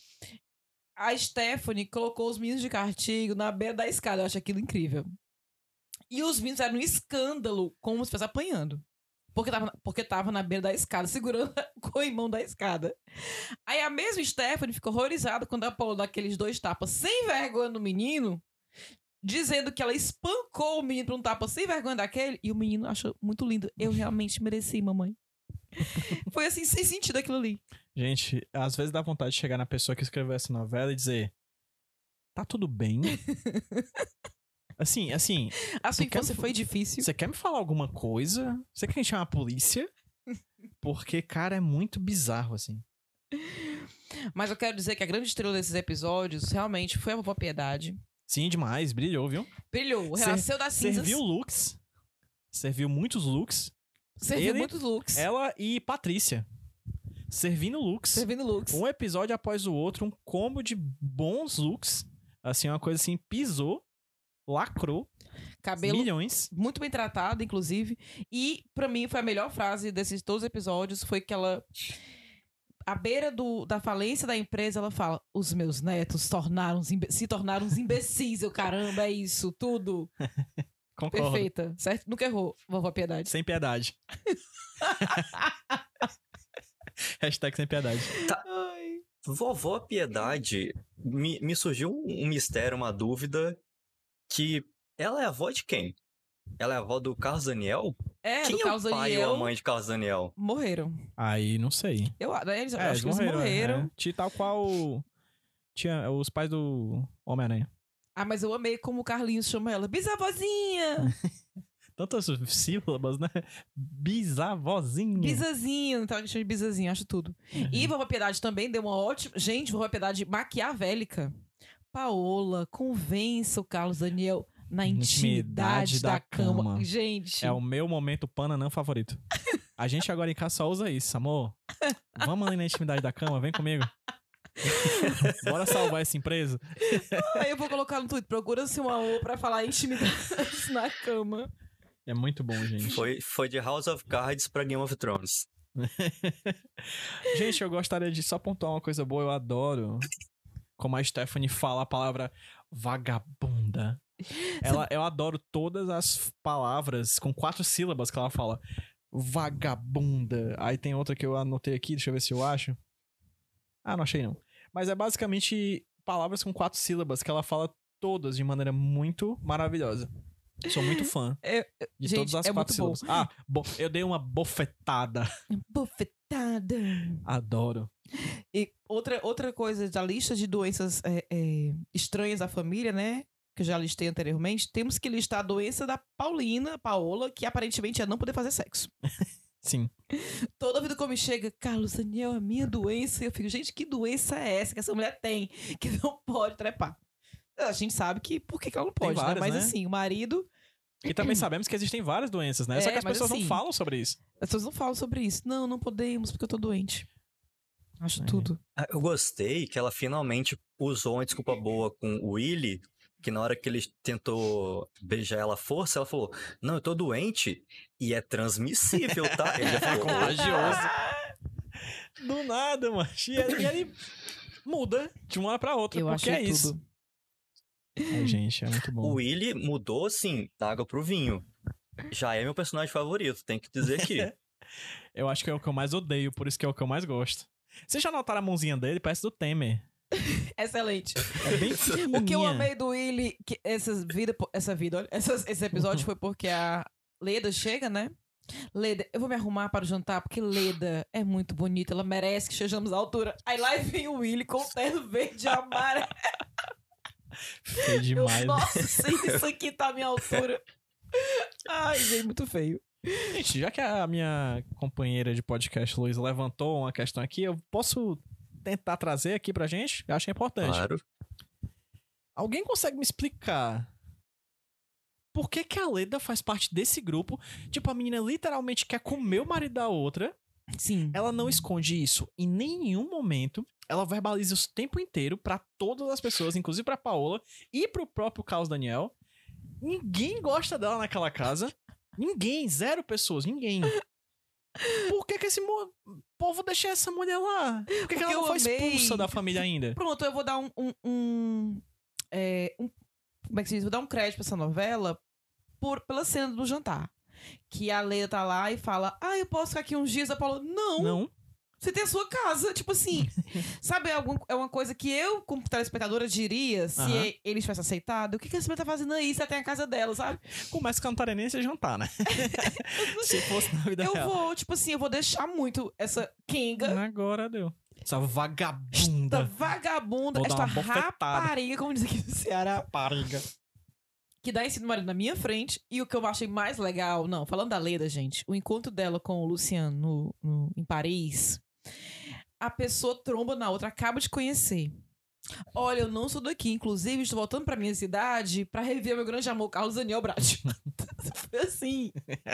Speaker 3: a Stephanie colocou os meninos de castigo na beira da escada. Eu acho aquilo incrível. E os meninos eram um escândalo, como se fosse apanhando. Porque tava, porque tava na beira da escada, segurando o corrimão da escada. Aí a mesma Stephanie ficou horrorizada quando a Paula dá aqueles dois tapas sem vergonha no menino, dizendo que ela espancou o menino pra um tapa sem vergonha daquele, e o menino achou muito lindo. Eu realmente mereci, mamãe. Foi assim, sem sentido aquilo ali.
Speaker 2: Gente, às vezes dá vontade de chegar na pessoa que escreveu essa novela e dizer: tá tudo bem? Assim, assim,
Speaker 3: A sua
Speaker 2: Tu quer
Speaker 3: infância
Speaker 2: me-
Speaker 3: foi difícil.
Speaker 2: você quer me falar alguma coisa? Você quer chamar a polícia? Porque, cara, é muito bizarro, assim.
Speaker 3: Mas eu quero dizer que a grande estrela desses episódios realmente foi a vovó Piedade.
Speaker 2: Sim, demais, brilhou, viu?
Speaker 3: Brilhou,
Speaker 2: Ser-
Speaker 3: renasceu das cinzas.
Speaker 2: Serviu looks. Serviu muitos looks.
Speaker 3: Serviu
Speaker 2: ele-
Speaker 3: muitos looks.
Speaker 2: Ela e Patrícia. Servindo looks.
Speaker 3: Servindo looks.
Speaker 2: Um episódio após o outro, um combo de bons looks. Assim, uma coisa assim, pisou, lacrou,
Speaker 3: Cabelo
Speaker 2: milhões.
Speaker 3: muito bem tratado, inclusive. E, pra mim, foi a melhor frase desses todos os episódios. Foi que ela... À beira do, da falência da empresa, ela fala: os meus netos tornaram se tornaram uns imbecis. Eu, caramba, é isso, tudo.
Speaker 2: Concordo.
Speaker 3: Perfeita, certo? Nunca errou, vovó Piedade.
Speaker 2: Sem piedade. Hashtag sem piedade.
Speaker 3: Ai.
Speaker 1: Vovó Piedade, me, me surgiu um mistério, uma dúvida, que ela é avó de quem? Ela é avó do Carlos Daniel?
Speaker 3: É,
Speaker 1: Quem
Speaker 3: do
Speaker 1: é
Speaker 3: Carlos
Speaker 1: o pai
Speaker 3: Daniel
Speaker 1: ou a mãe de Carlos Daniel?
Speaker 3: morreram.
Speaker 2: Aí, não sei.
Speaker 3: Eu, eles, eu
Speaker 2: É,
Speaker 3: acho que eles morreram.
Speaker 2: É. Tinha tal qual tinha os pais do Homem-Aranha.
Speaker 3: Ah, mas eu amei como o Carlinhos chama ela. Bisavozinha!
Speaker 2: Tantas sílabas, né? Bisavozinha.
Speaker 3: Bisazinha, então ele chama de bisazinha, acho tudo.
Speaker 2: Uhum.
Speaker 3: E Vovó Piedade também deu uma ótima... Gente, Vovó Piedade maquiavélica. Paola, convença o Carlos Daniel na intimidade,
Speaker 2: Intimidade
Speaker 3: da,
Speaker 2: da
Speaker 3: cama.
Speaker 2: cama.
Speaker 3: Gente,
Speaker 2: É o meu momento Pananã favorito. A gente agora em casa só usa isso, amor. Vamos ali na intimidade da cama, vem comigo. Bora salvar essa empresa.
Speaker 3: aí eu vou colocar no Twitter. Procura-se um amor pra falar intimidade na cama.
Speaker 2: É muito bom, gente.
Speaker 1: Foi, foi de House of Cards pra Game of Thrones.
Speaker 2: Gente, eu gostaria de só pontuar uma coisa boa. Eu adoro como a Stephanie fala a palavra vagabunda. Ela, eu adoro todas as palavras com quatro sílabas que ela fala. Vagabunda. Aí tem outra que eu anotei aqui, deixa eu ver se eu acho. Ah, não achei não. Mas é basicamente palavras com quatro sílabas que ela fala todas de maneira muito maravilhosa. Sou muito fã
Speaker 3: É,
Speaker 2: de
Speaker 3: gente,
Speaker 2: todas as
Speaker 3: é
Speaker 2: quatro
Speaker 3: muito bom.
Speaker 2: sílabas. Ah, bo- eu dei uma bofetada.
Speaker 3: Bofetada.
Speaker 2: Adoro.
Speaker 3: E outra, outra coisa da lista de doenças é, é, estranhas à família, né? Que eu já listei anteriormente. Temos que listar a doença da Paulina, Paola, que aparentemente é não poder fazer sexo.
Speaker 2: Sim.
Speaker 3: Toda vida como chega, Carlos Daniel, a minha doença. Eu fico, gente, que doença é essa que essa mulher tem? Que não pode trepar. A gente sabe que por que que ela não pode,
Speaker 2: várias,
Speaker 3: né? Mas
Speaker 2: né?
Speaker 3: assim, o marido.
Speaker 2: E também sabemos que existem várias doenças, né?
Speaker 3: É,
Speaker 2: Só que as
Speaker 3: mas
Speaker 2: pessoas
Speaker 3: assim-
Speaker 2: não falam sobre isso.
Speaker 3: As pessoas não falam sobre isso. Não, não podemos porque eu tô doente. Acho
Speaker 2: É.
Speaker 3: tudo.
Speaker 1: Ah, eu gostei que ela finalmente usou uma desculpa boa com o Willy, que na hora que ele tentou beijar ela à força, ela falou, não, eu tô doente e é transmissível, tá? Ele já falou,
Speaker 2: Contagioso. Do nada, mano. E ele, e ele muda de uma hora pra outra,
Speaker 3: Eu
Speaker 2: porque
Speaker 3: achei
Speaker 2: é isso.
Speaker 3: tudo.
Speaker 2: É, gente, é muito
Speaker 1: o
Speaker 2: bom.
Speaker 1: Willy mudou, assim, da água pro vinho. Já é meu personagem favorito, tem que dizer aqui.
Speaker 2: Eu acho que é o que eu mais odeio, por isso que é o que eu mais gosto. Vocês já notaram a mãozinha dele? Parece do Temer.
Speaker 3: Excelente.
Speaker 2: É bem pequenininha.
Speaker 3: O que eu amei do Willy, que essas vida, essa vida, olha, essas- esse episódio foi porque a Leda chega, né? Leda, eu vou me arrumar para o jantar, porque Leda é muito bonita, ela merece que estejamos à altura. Aí lá vem o Willy com o terno verde e amarelo.
Speaker 2: Feio
Speaker 3: Eu,
Speaker 2: demais.
Speaker 3: nossa, sim, isso aqui tá à minha altura. Ai, gente, muito feio.
Speaker 2: Gente, já que a minha companheira de podcast, Luiz, levantou uma questão aqui, eu posso tentar trazer aqui pra gente? Eu acho que é importante.
Speaker 1: Claro.
Speaker 2: Alguém consegue me explicar por que que a Leda faz parte desse grupo? Tipo, a menina literalmente quer comer o marido da outra.
Speaker 3: Sim.
Speaker 2: Ela não esconde isso em nenhum momento. Ela verbaliza isso o tempo inteiro pra todas as pessoas, inclusive pra Paola e pro próprio Carlos Daniel. Ninguém gosta dela naquela casa. Ninguém, zero pessoas, ninguém. Por que que esse mo- povo deixa essa mulher lá? Por que, que
Speaker 3: Porque
Speaker 2: ela não
Speaker 3: eu
Speaker 2: foi
Speaker 3: amei.
Speaker 2: expulsa da família ainda?
Speaker 3: Pronto, eu vou dar um. um, um, é, um- como é que se diz? Vou dar um crédito pra essa novela por, pela cena do jantar. Que a Leia tá lá e fala: ah, eu posso ficar aqui uns dias. A Paula, não,
Speaker 2: Não.
Speaker 3: você tem a sua casa. Tipo assim, sabe? É, algum, é uma coisa que eu, como telespectadora, diria se
Speaker 2: Aham.
Speaker 3: e- eles tivessem aceitado. O que, que essa mulher tá fazendo aí? Você tem a casa dela, sabe?
Speaker 2: Começa que ela não estaria nem a se jantar, né? Se fosse na vida
Speaker 3: Eu
Speaker 2: real.
Speaker 3: vou, tipo assim, eu vou deixar muito essa Kenga,
Speaker 2: Agora deu. Essa vagabunda.
Speaker 3: esta vagabunda,
Speaker 2: Vou dar
Speaker 3: esta
Speaker 2: uma bofetada.
Speaker 3: rapariga, como diz aqui no Ceará.
Speaker 2: Rapariga.
Speaker 3: Que dá em cima do marido na minha frente. E o que eu achei mais legal... Não, falando da Leda, gente. O encontro dela com o Luciano no, no- em Paris. A pessoa tromba na outra, acaba de conhecer. Olha, eu não sou daqui. Inclusive, estou voltando pra minha cidade pra rever meu grande amor, Carlos Daniel Brat. Foi assim.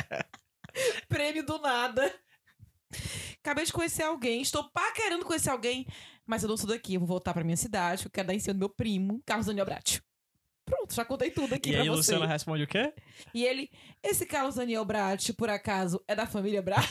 Speaker 3: Prêmio do nada. Acabei de conhecer alguém. Estou paquerando conhecer alguém. Mas eu não sou daqui. Eu vou voltar pra minha cidade. Eu quero dar em cima do meu primo, Carlos Daniel Brat. Pronto, já contei tudo aqui
Speaker 2: E
Speaker 3: pra
Speaker 2: aí,
Speaker 3: você.
Speaker 2: Luciana responde o quê?
Speaker 3: E ele, esse Carlos Daniel Brat, por acaso, é da família Brat?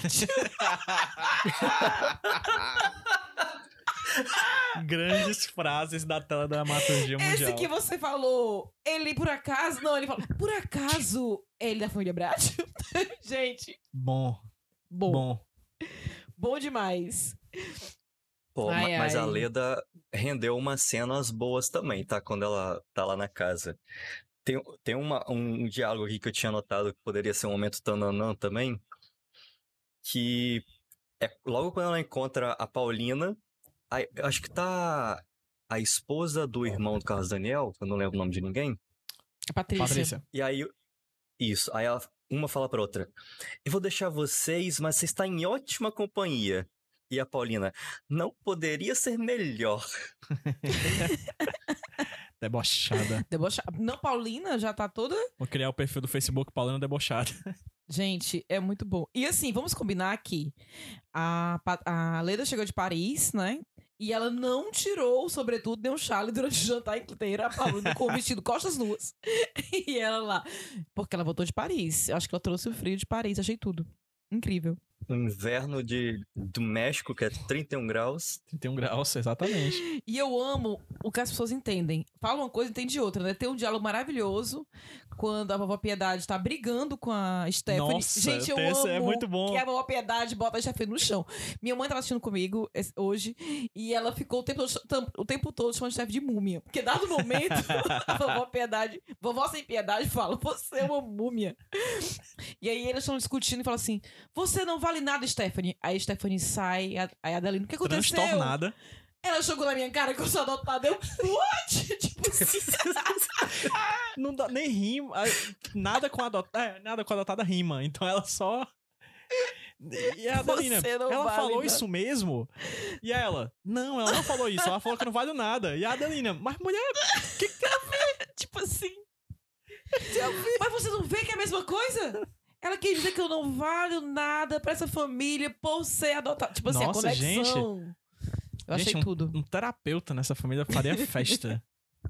Speaker 2: Grandes frases da tela da dramaturgia mundial.
Speaker 3: Esse que você falou, ele por acaso... Não, ele falou, por acaso, ele é da família Brat? Gente,
Speaker 2: Bom,
Speaker 3: Bom.
Speaker 2: Bom.
Speaker 3: Bom demais.
Speaker 1: Pô,
Speaker 3: Ai,
Speaker 1: ma- mas
Speaker 3: ai.
Speaker 1: a Leda rendeu umas cenas boas também, tá? Quando ela tá lá na casa. Tem, tem uma, um diálogo aqui que eu tinha notado que poderia ser um momento tananã também, que é logo quando ela encontra a Paulina, aí, eu acho que tá a esposa do irmão do Carlos Daniel, eu não lembro o nome de ninguém,
Speaker 3: Patrícia.
Speaker 2: Patrícia.
Speaker 1: e aí, isso, aí ela, uma fala pra outra, eu vou deixar vocês, mas você está em ótima companhia. E a Paulina, não poderia ser melhor.
Speaker 2: Debochada.
Speaker 3: Debocha... Não, Paulina já tá toda...
Speaker 2: Vou criar o perfil do Facebook Paulina Debochada.
Speaker 3: Gente, é muito bom. E assim, vamos combinar aqui. A, Pa- a Leda chegou de Paris, né? E ela não tirou o sobretudo nem um chale durante o jantar inteiro. A Paulina com o vestido costas nuas. E ela lá. Porque ela voltou de Paris. Eu acho que ela trouxe o frio de Paris. Achei tudo. Incrível.
Speaker 1: O inverno de, do México, que é trinta e um graus.
Speaker 2: trinta e um graus, exatamente.
Speaker 3: E eu amo o que as pessoas entendem. Fala uma coisa e entende outra, né? Tem um diálogo maravilhoso quando a vovó Piedade tá brigando com a Stephanie.
Speaker 2: Nossa,
Speaker 3: Gente, eu
Speaker 2: esse
Speaker 3: amo
Speaker 2: é muito bom.
Speaker 3: que a vovó Piedade bota a Stephanie no chão. Minha mãe tava assistindo comigo esse- hoje e ela ficou o tempo, todo- o tempo todo chamando a Stephanie de múmia. Porque dado momento, a vovó Piedade, vovó sem piedade fala, você é uma múmia. E aí eles estão discutindo e falam assim, você não vale nada, Stephanie. Aí a Stephanie sai, a- aí a Adeline, o que aconteceu?
Speaker 2: Transtornada.
Speaker 3: Ela jogou na minha cara que eu sou adotada. Eu, what? Tipo assim.
Speaker 2: Não dá nem rima. ah, Nada com a adotada. É, nada com a adotada rima. Então ela só. E a Adelina,
Speaker 3: Você não
Speaker 2: ela
Speaker 3: vale
Speaker 2: falou
Speaker 3: nada.
Speaker 2: isso mesmo? E ela, não, ela não falou isso. Ela falou que eu não valho nada. E a Adelina, mas mulher, que que tem a ver?
Speaker 3: Tipo assim. Mas você não vê que é a mesma coisa? Ela quer dizer que eu não valho nada pra essa família por ser adotada. Tipo assim,
Speaker 2: Nossa,
Speaker 3: a conexão. Eu achei
Speaker 2: Gente, um,
Speaker 3: tudo.
Speaker 2: um terapeuta nessa família faria festa.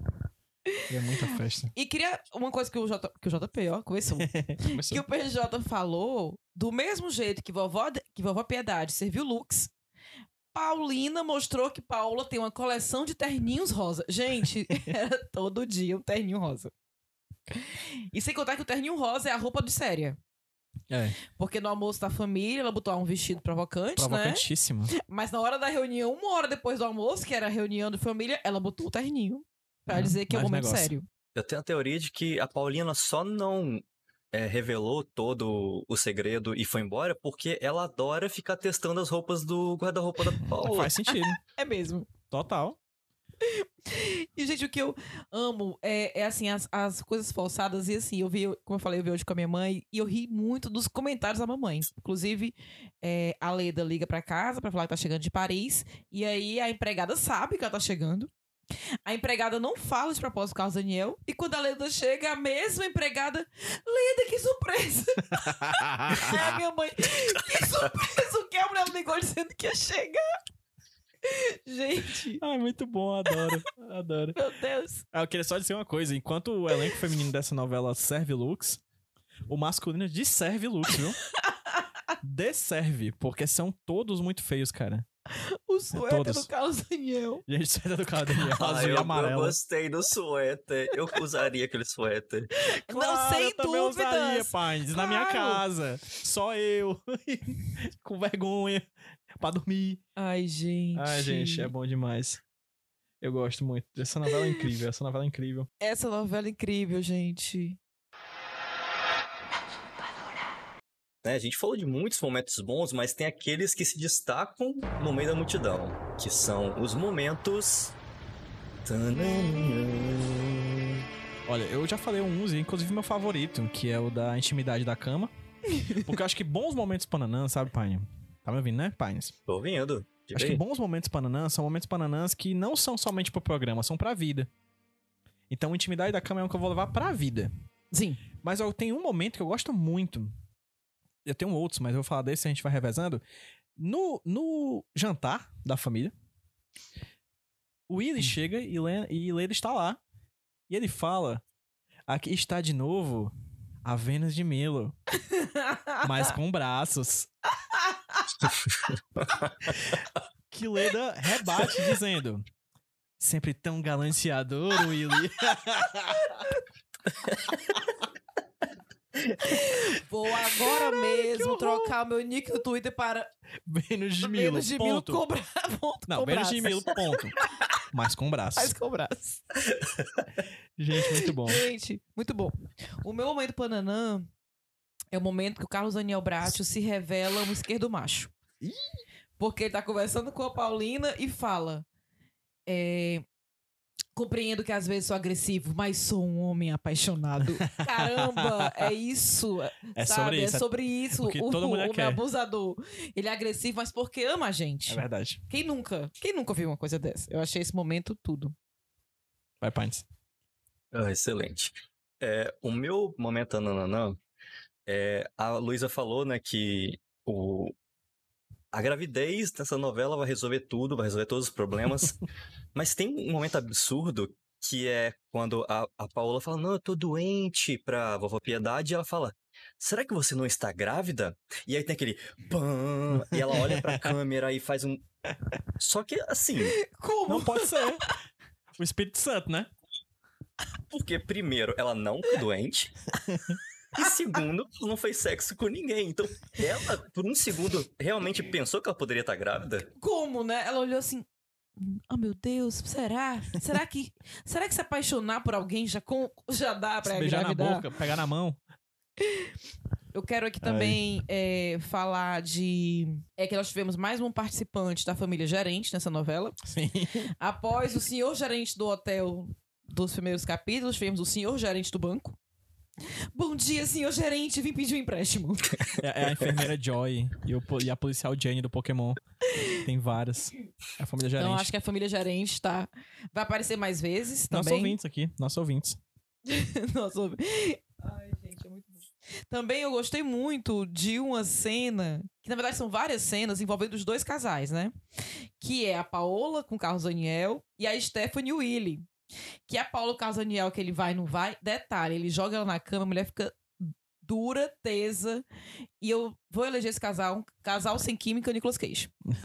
Speaker 2: É muita festa.
Speaker 3: E queria uma coisa que o, J, que o J P, ó, começou.
Speaker 2: Começou.
Speaker 3: Que o P J falou, do mesmo jeito que vovó, que vovó Piedade serviu looks, Paulina mostrou que Paula tem uma coleção de terninhos rosa. Gente, era todo dia um terninho rosa. E sem contar que o terninho rosa é a roupa de séria.
Speaker 2: É,
Speaker 3: Porque no almoço da família, ela botou um vestido provocante, né?
Speaker 2: provocantíssimo.
Speaker 3: Mas na hora da reunião, uma hora depois do almoço, que era a reunião de família, ela botou o terninho. Pra
Speaker 2: Ah,
Speaker 3: dizer que é um
Speaker 2: mais
Speaker 3: momento
Speaker 2: negócio.
Speaker 3: sério.
Speaker 1: Eu tenho a teoria de que a Paulina só não é, revelou todo o segredo e foi embora porque ela adora ficar testando as roupas do guarda-roupa da Paula.
Speaker 2: Faz sentido.
Speaker 3: É mesmo.
Speaker 2: Total.
Speaker 3: E, gente, o que eu amo é, é assim, as, as coisas forçadas. E assim, eu vi, como eu falei, eu vi hoje com a minha mãe e eu ri muito dos comentários da mamãe. Inclusive, é, a Leda liga pra casa pra falar que tá chegando de Paris. E aí a empregada sabe que ela tá chegando. A empregada não fala de propósito com o Carlos Daniel. E quando a Leda chega, a mesma empregada, Leda, que surpresa! Aí a minha mãe, que surpresa! O que a mulher ligou dizendo que ia chegar? Gente,
Speaker 2: Ai, muito bom, adoro. Adoro.
Speaker 3: meu Deus.
Speaker 2: Ah, eu queria só dizer uma coisa. Enquanto o elenco feminino dessa novela serve looks, o masculino desserve looks, viu? Desserve, porque são todos muito feios, cara.
Speaker 3: O suéter
Speaker 2: Todos.
Speaker 3: do Carlos Daniel.
Speaker 2: Gente, sai do carro Daniel,
Speaker 1: Ah,
Speaker 2: azul
Speaker 1: eu,
Speaker 2: e amarelo.
Speaker 1: eu gostei do suéter. Eu usaria aquele suéter.
Speaker 3: Não, sem
Speaker 2: eu também usaria,
Speaker 3: dúvidas.
Speaker 2: Pines, na minha
Speaker 3: Claro.
Speaker 2: casa. Só eu. Com vergonha. Pra dormir.
Speaker 3: Ai, gente.
Speaker 2: Ai, gente, é bom demais. Eu gosto muito. Essa novela é incrível. Essa novela é incrível.
Speaker 3: Essa novela é incrível, gente.
Speaker 1: Né, a gente falou de muitos momentos bons, mas tem aqueles que se destacam no meio da multidão, que são os momentos... Tananã.
Speaker 2: Olha, eu já falei uns, inclusive meu favorito, que é o da intimidade da cama. Porque eu acho que bons momentos Pananã, sabe, Pine? Tá me ouvindo, né, Pines?
Speaker 1: Tô ouvindo. Diga
Speaker 2: Acho que
Speaker 1: aí.
Speaker 2: bons momentos Pananã são momentos Pananãs que não são somente pro programa, são pra vida. Então, intimidade da cama é um que eu vou levar pra vida.
Speaker 3: Sim.
Speaker 2: Mas eu tenho um momento que eu gosto muito. Eu tenho outros, mas eu vou falar desse e a gente vai revezando. No, no jantar da família, o Willy chega e, Le, e Leda está lá. E ele fala: aqui está de novo a Vênus de Milo, mas com braços. Que Leda rebate dizendo: sempre tão galanteador, Willy.
Speaker 3: Vou agora mesmo
Speaker 2: horror.
Speaker 3: trocar o meu nick no Twitter para
Speaker 2: Vênus de Milo,
Speaker 3: Vênus de Milo
Speaker 2: ponto.
Speaker 3: cobra, ponto
Speaker 2: Não,
Speaker 3: com
Speaker 2: Vênus
Speaker 3: braço.
Speaker 2: de Milo, ponto. Mas com braço.
Speaker 3: Mas com braço.
Speaker 2: Gente, muito bom.
Speaker 3: Gente, muito bom. O meu momento Pananã é o momento que o Carlos Daniel Bracho se revela um esquerdo macho. Porque ele tá conversando com a Paulina e fala... É, compreendo que às vezes sou agressivo, mas sou um homem apaixonado. Caramba, é isso.
Speaker 2: É
Speaker 3: sabe?
Speaker 2: sobre isso.
Speaker 3: É sobre isso.
Speaker 2: Porque
Speaker 3: o,
Speaker 2: toda
Speaker 3: o,
Speaker 2: mulher
Speaker 3: o
Speaker 2: quer.
Speaker 3: abusador. Ele é agressivo, mas porque ama a gente.
Speaker 2: É verdade.
Speaker 3: Quem nunca? Quem nunca viu uma coisa dessa? Eu achei esse momento tudo.
Speaker 2: Vai, Pines.
Speaker 1: Ah, excelente. É, o meu momento ananã, é, a Luísa falou, né, que o, a gravidez dessa novela vai resolver tudo, vai resolver todos os problemas. Mas tem um momento absurdo que é quando a, a Paola fala, não, eu tô doente pra vovó Piedade, e ela fala, será que você não está grávida? E aí tem aquele pam, e ela olha pra câmera e faz um... Só que, assim...
Speaker 3: Como?
Speaker 2: Não pode ser. O Espírito Santo, né?
Speaker 1: Porque, primeiro, ela não tá doente. E segundo, ela não fez sexo com ninguém. Então, ela, por um segundo, realmente pensou que ela poderia estar grávida?
Speaker 3: Como, né? Ela olhou assim... Oh, meu Deus, será? Será que será que se apaixonar por alguém já, com, já dá pra
Speaker 2: Se beijar na
Speaker 3: engravidar?
Speaker 2: boca, pegar na mão.
Speaker 3: Eu quero aqui também é, falar de... É que nós tivemos mais um participante da família gerente nessa novela.
Speaker 2: Sim.
Speaker 3: Após o senhor gerente do hotel dos primeiros capítulos, tivemos o senhor gerente do banco. Bom dia, senhor gerente, vim pedir um empréstimo.
Speaker 2: É, é a enfermeira Joy e, o, po- e a policial Jenny do Pokémon. Tem várias. É a família gerente.
Speaker 3: Então, acho que a família gerente tá... vai aparecer mais vezes
Speaker 2: Nossos
Speaker 3: também.
Speaker 2: ouvintes aqui, nossos ouvintes.
Speaker 3: Nossa, ouvi- Ai, gente, é muito bom. Também eu gostei muito de uma cena, que na verdade são várias cenas envolvendo os dois casais, né? Que é a Paola com o Carlos Daniel e a Stephanie Willy. Que é a Paola com o Carlos Daniel, que ele vai, não vai. Detalhe, ele joga ela na cama, a mulher fica dura, tesa. E eu vou eleger esse casal, um casal sem química, Nicolas Cage.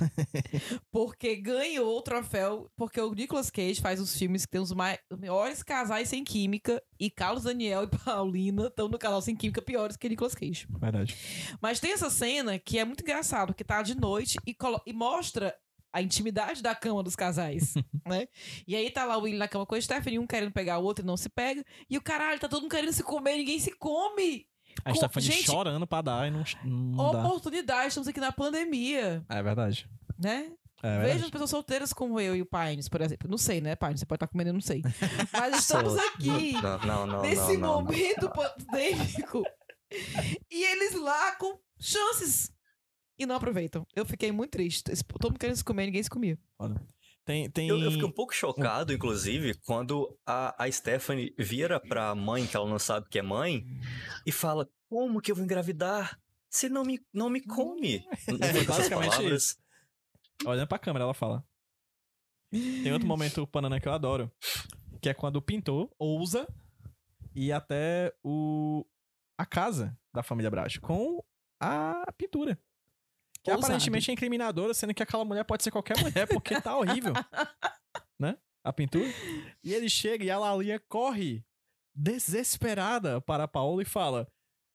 Speaker 3: Porque ganhou o troféu, porque o Nicolas Cage faz os filmes que tem os mai- os maiores casais sem química, e Carlos Daniel e Paulina estão no casal sem química piores que Nicolas Cage.
Speaker 2: Verdade.
Speaker 3: Mas tem essa cena que é muito engraçado, que tá de noite e, colo- e mostra a intimidade da cama dos casais, né? E aí tá lá o Willy na cama com a Stephanie, um querendo pegar o outro e não se pega, e o caralho, tá todo mundo querendo se comer, ninguém se come!
Speaker 2: A
Speaker 3: Com-
Speaker 2: Stephanie
Speaker 3: gente,
Speaker 2: chorando pra dar e não, não dá.
Speaker 3: oportunidade, estamos aqui na pandemia,
Speaker 2: É verdade.
Speaker 3: né?
Speaker 2: É
Speaker 3: Vejam
Speaker 2: verdade.
Speaker 3: as pessoas solteiras como eu e o Pines, por exemplo. Não sei, né, Pines? Você pode estar comendo, eu não sei. Mas estamos aqui,
Speaker 1: Não, não, não,
Speaker 3: nesse
Speaker 1: não, não, não.
Speaker 3: momento pandêmico. E eles lá com chances. E não aproveitam. Eu fiquei muito triste. Esse- Todo mundo querendo se comer, ninguém se comia.
Speaker 2: Tem, tem...
Speaker 1: Eu, eu fiquei um pouco chocado, inclusive, quando a, a Stephanie vira pra mãe, que ela não sabe que é mãe, e fala, como que eu vou engravidar? Você não me, não me come. Não foi com essas
Speaker 2: basicamente
Speaker 1: palavras.
Speaker 2: Olhando pra câmera, ela fala. Tem outro momento Panana que eu adoro, que é quando o pintor ousa ir até o... a casa da família Bracho com a pintura. Que
Speaker 3: Ousado.
Speaker 2: aparentemente é incriminadora, sendo que aquela mulher pode ser qualquer mulher, porque tá horrível. Né? A pintura. E ele chega e a Lalinha corre desesperada para a Paola e fala: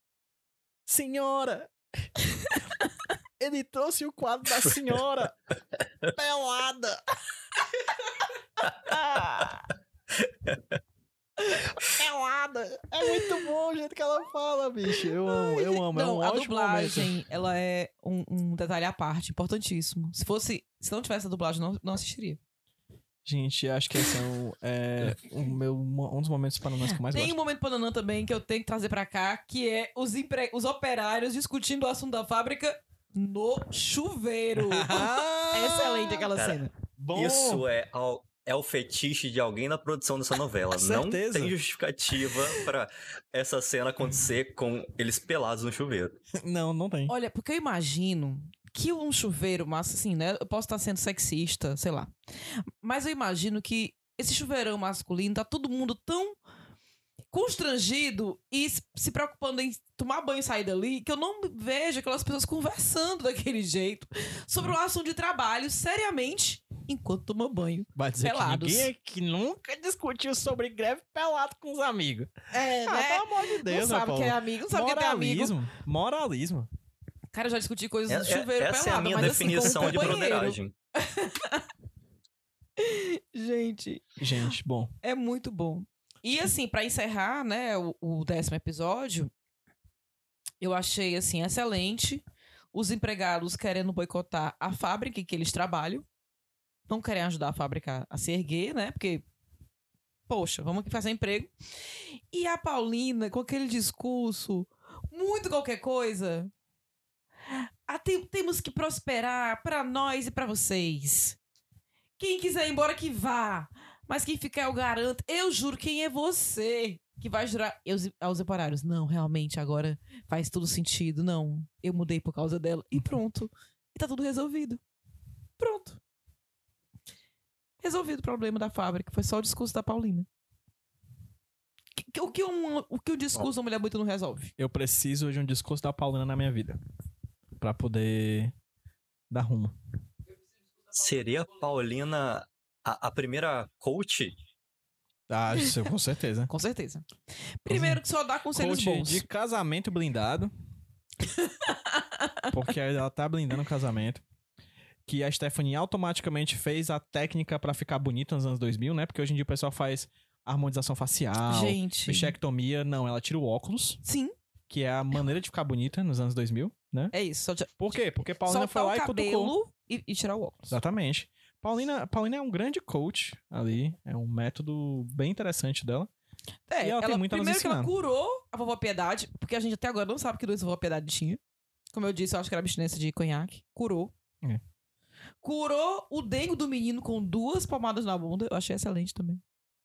Speaker 2: Senhora! Ele trouxe o quadro da senhora pelada! Pelada! É muito bom o jeito que ela fala, bicho. Eu amo, eu amo. É
Speaker 3: Não,
Speaker 2: um
Speaker 3: a
Speaker 2: ótimo momento.
Speaker 3: dublagem, ela é um, um detalhe à parte, importantíssimo. Se fosse, se não tivesse a dublagem, não, não assistiria.
Speaker 2: Gente, acho que esse é, o, é o meu, um dos momentos Pananãs que eu mais
Speaker 3: Tem um
Speaker 2: gosto.
Speaker 3: momento Pananã também que eu tenho que trazer pra cá, que é os, empre... os operários discutindo o assunto da fábrica no chuveiro. É excelente aquela
Speaker 1: Cara,
Speaker 3: cena.
Speaker 2: Bom,
Speaker 1: Isso é, ao- é o fetiche de alguém na produção dessa novela. Não
Speaker 2: Certeza.
Speaker 1: tem justificativa pra essa cena acontecer com eles pelados no chuveiro.
Speaker 2: Não, não tem.
Speaker 3: Olha, porque eu imagino que um chuveiro, mas assim, né? Eu posso estar sendo sexista, sei lá. Mas eu imagino que esse chuveirão masculino tá todo mundo tão constrangido e se- se preocupando em tomar banho e sair dali, que eu não vejo aquelas pessoas conversando daquele jeito sobre um assunto de trabalho seriamente enquanto toma banho.
Speaker 2: Vai dizer
Speaker 3: Pelados.
Speaker 2: que ninguém aqui nunca discutiu sobre greve pelado com os amigos.
Speaker 3: É,
Speaker 2: Ah,
Speaker 3: né?
Speaker 2: pelo amor de Deus,
Speaker 3: Não
Speaker 2: meu
Speaker 3: sabe
Speaker 2: povo.
Speaker 3: que é amigo, não sabe que é amigo.
Speaker 2: Moralismo. Moralismo.
Speaker 3: Cara, eu já discuti coisas
Speaker 1: É-
Speaker 3: do chuveiro
Speaker 1: essa
Speaker 3: pelado,
Speaker 1: é a minha
Speaker 3: mas
Speaker 1: definição
Speaker 3: assim,
Speaker 1: de
Speaker 3: como companheiro.
Speaker 1: broderagem.
Speaker 3: Gente,
Speaker 2: Gente, bom.
Speaker 3: é muito bom. E assim, pra encerrar, né, o, o décimo episódio, eu achei, assim, excelente. Os empregados querendo boicotar a fábrica em que eles trabalham. Não querem ajudar a fábrica a se erguer, né? Porque, poxa, vamos aqui fazer emprego. E a Paulina, com aquele discurso, muito qualquer coisa. Ah, tem- temos que prosperar pra nós e pra vocês. Quem quiser ir embora que vá. Mas quem ficar eu garanto. Eu juro, quem é você que vai jurar eu, aos operários? Não, realmente, agora faz todo sentido. Não, eu mudei por causa dela. E pronto. E tá tudo resolvido. Pronto. Resolvido o problema da fábrica. Foi só o discurso da Paulina. Que- que- O que, um, o que o discurso da mulher muito não resolve?
Speaker 2: Eu preciso de um discurso da Paulina na minha vida. Pra poder dar rumo.
Speaker 1: Seria a Paulina a, a primeira coach?
Speaker 2: Ah, isso, com certeza.
Speaker 3: Com certeza. Primeiro que só dá conselhos
Speaker 2: Coach
Speaker 3: bons.
Speaker 2: de casamento blindado. Porque ela tá blindando o casamento. Que a Stephanie automaticamente fez a técnica pra ficar bonita nos anos dois mil, né? Porque hoje em dia o pessoal faz harmonização facial,
Speaker 3: Gente.
Speaker 2: bichectomia. Não, ela tira o óculos,
Speaker 3: Sim,
Speaker 2: que é a maneira de ficar bonita nos anos dois mil, né?
Speaker 3: é isso. Só,
Speaker 2: Por quê? Porque Paulina
Speaker 3: soltar
Speaker 2: foi lá
Speaker 3: o
Speaker 2: e cutucou.
Speaker 3: cabelo e, e tirar o óculos.
Speaker 2: Exatamente. Paulina, Paulina é um grande coach ali. É um método bem interessante dela.
Speaker 3: É,
Speaker 2: E ela tem muito a nos
Speaker 3: primeiro que ela
Speaker 2: ensinar.
Speaker 3: curou a vovó Piedade, porque a gente até agora não sabe que doença a vovó Piedade tinha. Como eu disse, eu acho que era abstinência de conhaque. Curou.
Speaker 2: É.
Speaker 3: Curou o dengo do menino com duas palmadas na bunda. Eu achei excelente também.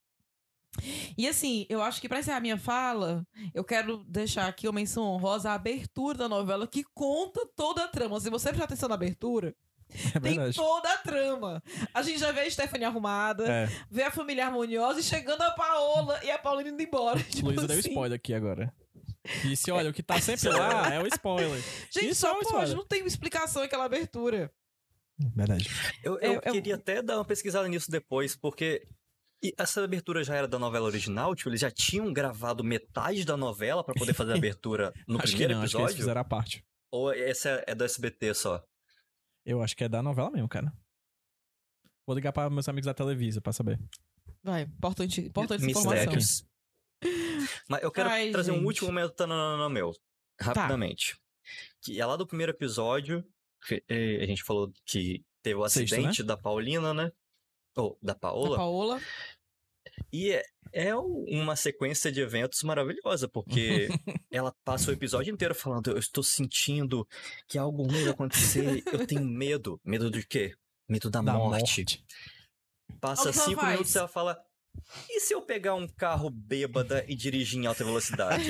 Speaker 3: E assim, eu acho que pra encerrar minha fala, eu quero deixar aqui uma menção honrosa à abertura da novela que conta toda a trama. Se você prestar atenção na abertura,
Speaker 2: É
Speaker 3: tem
Speaker 2: verdade.
Speaker 3: toda a trama. A gente já vê a Stephanie arrumada,
Speaker 2: É.
Speaker 3: vê a família harmoniosa e chegando a Paola e a Paulina indo embora. Tipo
Speaker 2: Luísa deu
Speaker 3: assim.
Speaker 2: spoiler aqui agora. E se olha, o que tá sempre lá é o spoiler.
Speaker 3: Gente,
Speaker 2: Isso é
Speaker 3: só
Speaker 2: um
Speaker 3: pode,
Speaker 2: spoiler.
Speaker 3: não tem explicação aquela abertura.
Speaker 2: Verdade.
Speaker 1: Eu, eu
Speaker 3: É- é-
Speaker 1: queria até dar uma pesquisada nisso depois, porque e essa abertura já era da novela original? Tipo, eles já tinham gravado metade da novela pra poder fazer a abertura no
Speaker 2: acho que
Speaker 1: primeiro
Speaker 2: não, acho que eles
Speaker 1: episódio?
Speaker 2: fizeram a parte.
Speaker 1: Ou essa é, é do S B T só?
Speaker 2: Eu acho que é da novela mesmo, cara. Vou ligar para meus amigos da Televisa pra saber.
Speaker 3: Vai, importante, importante essa informação.
Speaker 1: Mistérios. Mas eu quero
Speaker 3: Ai,
Speaker 1: trazer
Speaker 3: gente.
Speaker 1: um último momento no meu, rapidamente. Que é lá do primeiro episódio, que, eh, a gente falou que teve o
Speaker 2: Sexto,
Speaker 1: acidente da Paulina, né? Ou da
Speaker 3: Da
Speaker 1: Paola.
Speaker 3: Paola.
Speaker 1: E é, é um- uma sequência de eventos maravilhosa, porque ela passa o episódio inteiro falando: eu estou sentindo que algo ruim vai acontecer, eu tenho medo. Medo de quê? Medo da,
Speaker 2: Da
Speaker 1: morte.
Speaker 2: morte.
Speaker 1: Passa
Speaker 3: Olha o que ela
Speaker 1: cinco
Speaker 3: faz.
Speaker 1: minutos e ela fala: e se eu pegar um carro bêbada e dirigir em alta velocidade?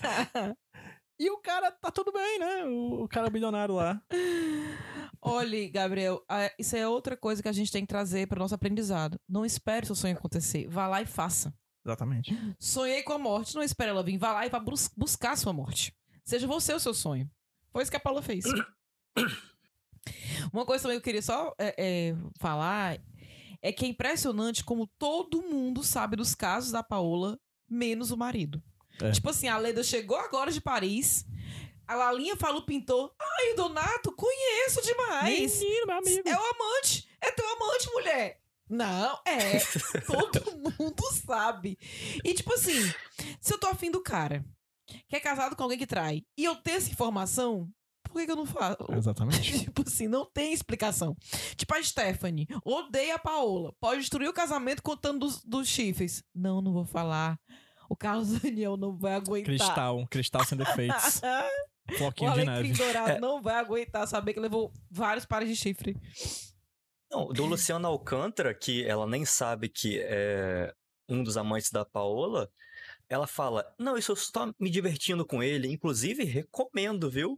Speaker 2: E o cara tá tudo bem, né? O, o cara bilionário lá.
Speaker 3: Olha, Gabriel, a- isso é outra coisa que a gente tem que trazer para o nosso aprendizado. Não espere seu sonho acontecer. Vá lá e faça.
Speaker 2: Exatamente.
Speaker 3: Sonhei com a morte, não espere ela vir. Vá lá e vá bus- buscar a sua morte. Seja você o seu sonho. Foi isso que a Paula fez. Uma coisa também que eu queria só é, é, falar é que é impressionante como todo mundo sabe dos casos da Paola, menos o marido.
Speaker 2: É.
Speaker 3: Tipo assim, a Leda chegou agora de Paris, a Lalinha fala o pintor, ai, Donato, conheço demais.
Speaker 2: Menino, meu amigo.
Speaker 3: É o amante, é teu amante, mulher. Não, é. Todo mundo sabe. E tipo assim, se eu tô afim do cara, que é casado com alguém que trai, e eu tenho essa informação, por que, que eu não faço?
Speaker 2: Exatamente.
Speaker 3: Tipo assim, não tem explicação. Tipo a Stephanie, odeia a Paola, pode destruir o casamento contando dos, dos chifres. Não, não vou falar. O Carlos Daniel não vai aguentar.
Speaker 2: Cristal, cristal sem defeitos.
Speaker 3: O
Speaker 2: Floquinho de
Speaker 3: Alecrim
Speaker 2: neve.
Speaker 3: Dourado não vai aguentar saber que levou vários pares de chifre.
Speaker 1: Não, do Luciano Alcântara, que ela nem sabe que é um dos amantes da Paola, ela fala: não, isso eu só tô me divertindo com ele. Inclusive, recomendo, viu?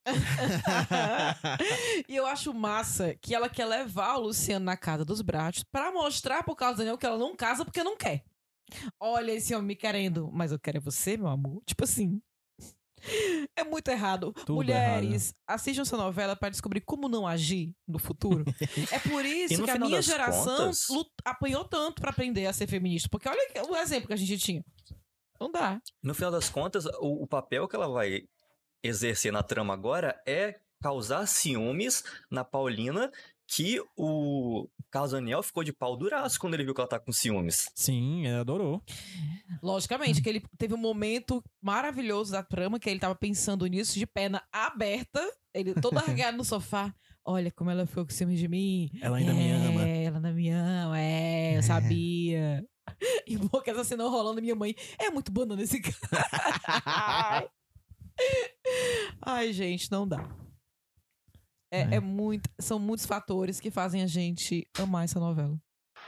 Speaker 3: E eu acho massa que ela quer levar o Luciano na casa dos Bratos pra mostrar pro Carlos Daniel que ela não casa porque não quer. Olha esse homem me querendo, mas eu quero é você, meu amor. Tipo assim. É muito errado.
Speaker 2: Tudo
Speaker 3: Mulheres, assistam essa novela pra descobrir como não agir no futuro. É por
Speaker 1: E
Speaker 3: isso
Speaker 1: no
Speaker 3: que a
Speaker 1: final
Speaker 3: minha
Speaker 1: das
Speaker 3: geração
Speaker 1: contas-
Speaker 3: lut- apanhou tanto pra aprender a ser feminista. Porque olha o exemplo que a gente tinha. Não dá.
Speaker 1: No final das contas, o, o papel que ela vai exercer na trama agora é causar ciúmes na Paulina, que o Carlos Daniel ficou de pau duraço quando ele viu que ela tá com ciúmes.
Speaker 2: Sim, ele adorou.
Speaker 3: Logicamente, que ele teve um momento maravilhoso da trama, que ele tava pensando nisso de perna aberta, ele todo arregado no sofá. Olha como ela ficou com ciúmes de mim.
Speaker 2: Ela ainda
Speaker 3: é,
Speaker 2: me ama.
Speaker 3: Ela ainda me ama, é, eu
Speaker 2: É.
Speaker 3: sabia. E porque essa cena rolando, minha mãe, é muito banana esse cara. Ai, gente, não dá. É,
Speaker 2: É.
Speaker 3: é muito, são muitos fatores que fazem a gente amar essa novela.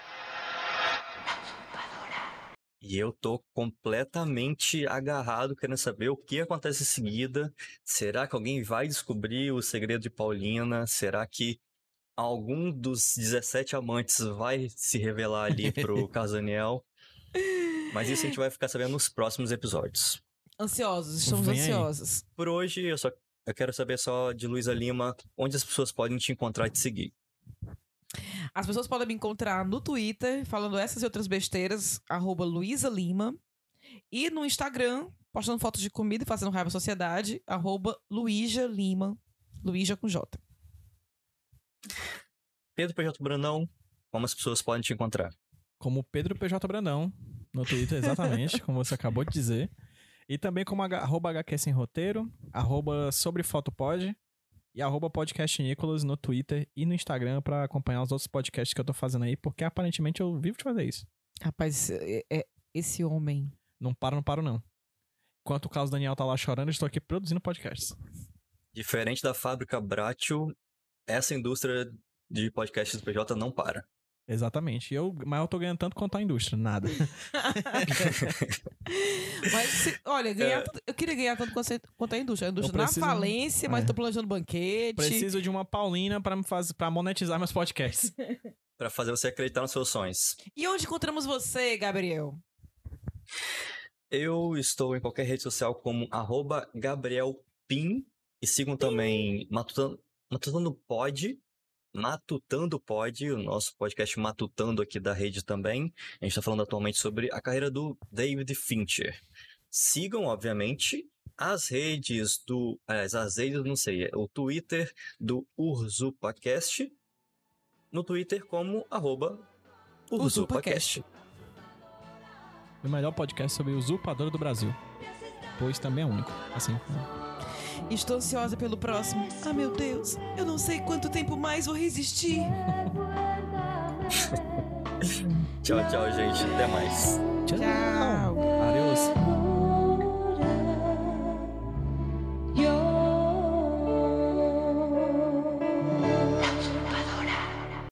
Speaker 1: E eu tô completamente agarrado, querendo saber o que acontece em seguida. Será que alguém vai descobrir o segredo de Paulina? Será que algum dos dezessete amantes vai se revelar ali pro Carlos Daniel? Mas isso a gente vai ficar sabendo nos próximos episódios.
Speaker 3: Ansiosos, estamos
Speaker 2: Vem aí.
Speaker 3: ansiosos.
Speaker 1: Por hoje, eu só eu quero saber só de Luísa Lima, onde as pessoas podem te encontrar e te seguir.
Speaker 3: As pessoas podem me encontrar no Twitter, falando essas e outras besteiras, arroba Luísa Lima. E no Instagram, postando fotos de comida e fazendo raiva à sociedade, arroba Luísa Lima, Luísa com J.
Speaker 1: Pedro P J Brandão, como as pessoas podem te encontrar?
Speaker 2: Como Pedro P J Brandão, no Twitter, exatamente, como você acabou de dizer. E também como H- arroba H Q Sem Roteiro, arroba Sobre Foto Pod e arroba Podcast Nicolas no Twitter e no Instagram pra acompanhar os outros podcasts que eu tô fazendo aí, porque aparentemente eu vivo de fazer isso.
Speaker 3: Rapaz, é- é- esse homem...
Speaker 2: Não paro, não paro não. Enquanto o Carlos Daniel tá lá chorando, eu estou aqui produzindo podcasts.
Speaker 1: Diferente da fábrica Bratio, essa indústria de podcasts do P J não para.
Speaker 2: Exatamente. E eu, mas eu tô ganhando tanto quanto a indústria, nada.
Speaker 3: Mas, se- olha, ganhar tanto- eu queria ganhar tanto quanto a- quanto a indústria. A indústria
Speaker 2: Eu preciso-
Speaker 3: na falência, mas
Speaker 2: é.
Speaker 3: tô planejando banquete.
Speaker 2: Preciso de uma Paulina pra, me faz... pra monetizar meus podcasts.
Speaker 1: Pra fazer você acreditar nos seus sonhos.
Speaker 3: E onde encontramos você, Gabriel?
Speaker 1: Eu estou em qualquer rede social como arroba Gabriel Pim. E sigam também Matutando, Matutando Pod. Matutando Pod, o nosso podcast Matutando aqui da rede também. A gente está falando atualmente sobre a carreira do David Fincher. Sigam, obviamente, as redes do... Aliás, as redes, não sei, é o Twitter do Urzu Podcast. No Twitter como arroba UrzuPodcast.
Speaker 2: O melhor podcast sobre o usurpador do Brasil. Pois também é único. Assim.
Speaker 3: Estou ansiosa pelo próximo. Ah, meu Deus, eu não sei quanto tempo mais vou resistir.
Speaker 1: Tchau, tchau, gente. Até mais.
Speaker 3: Tchau.
Speaker 2: Adeus.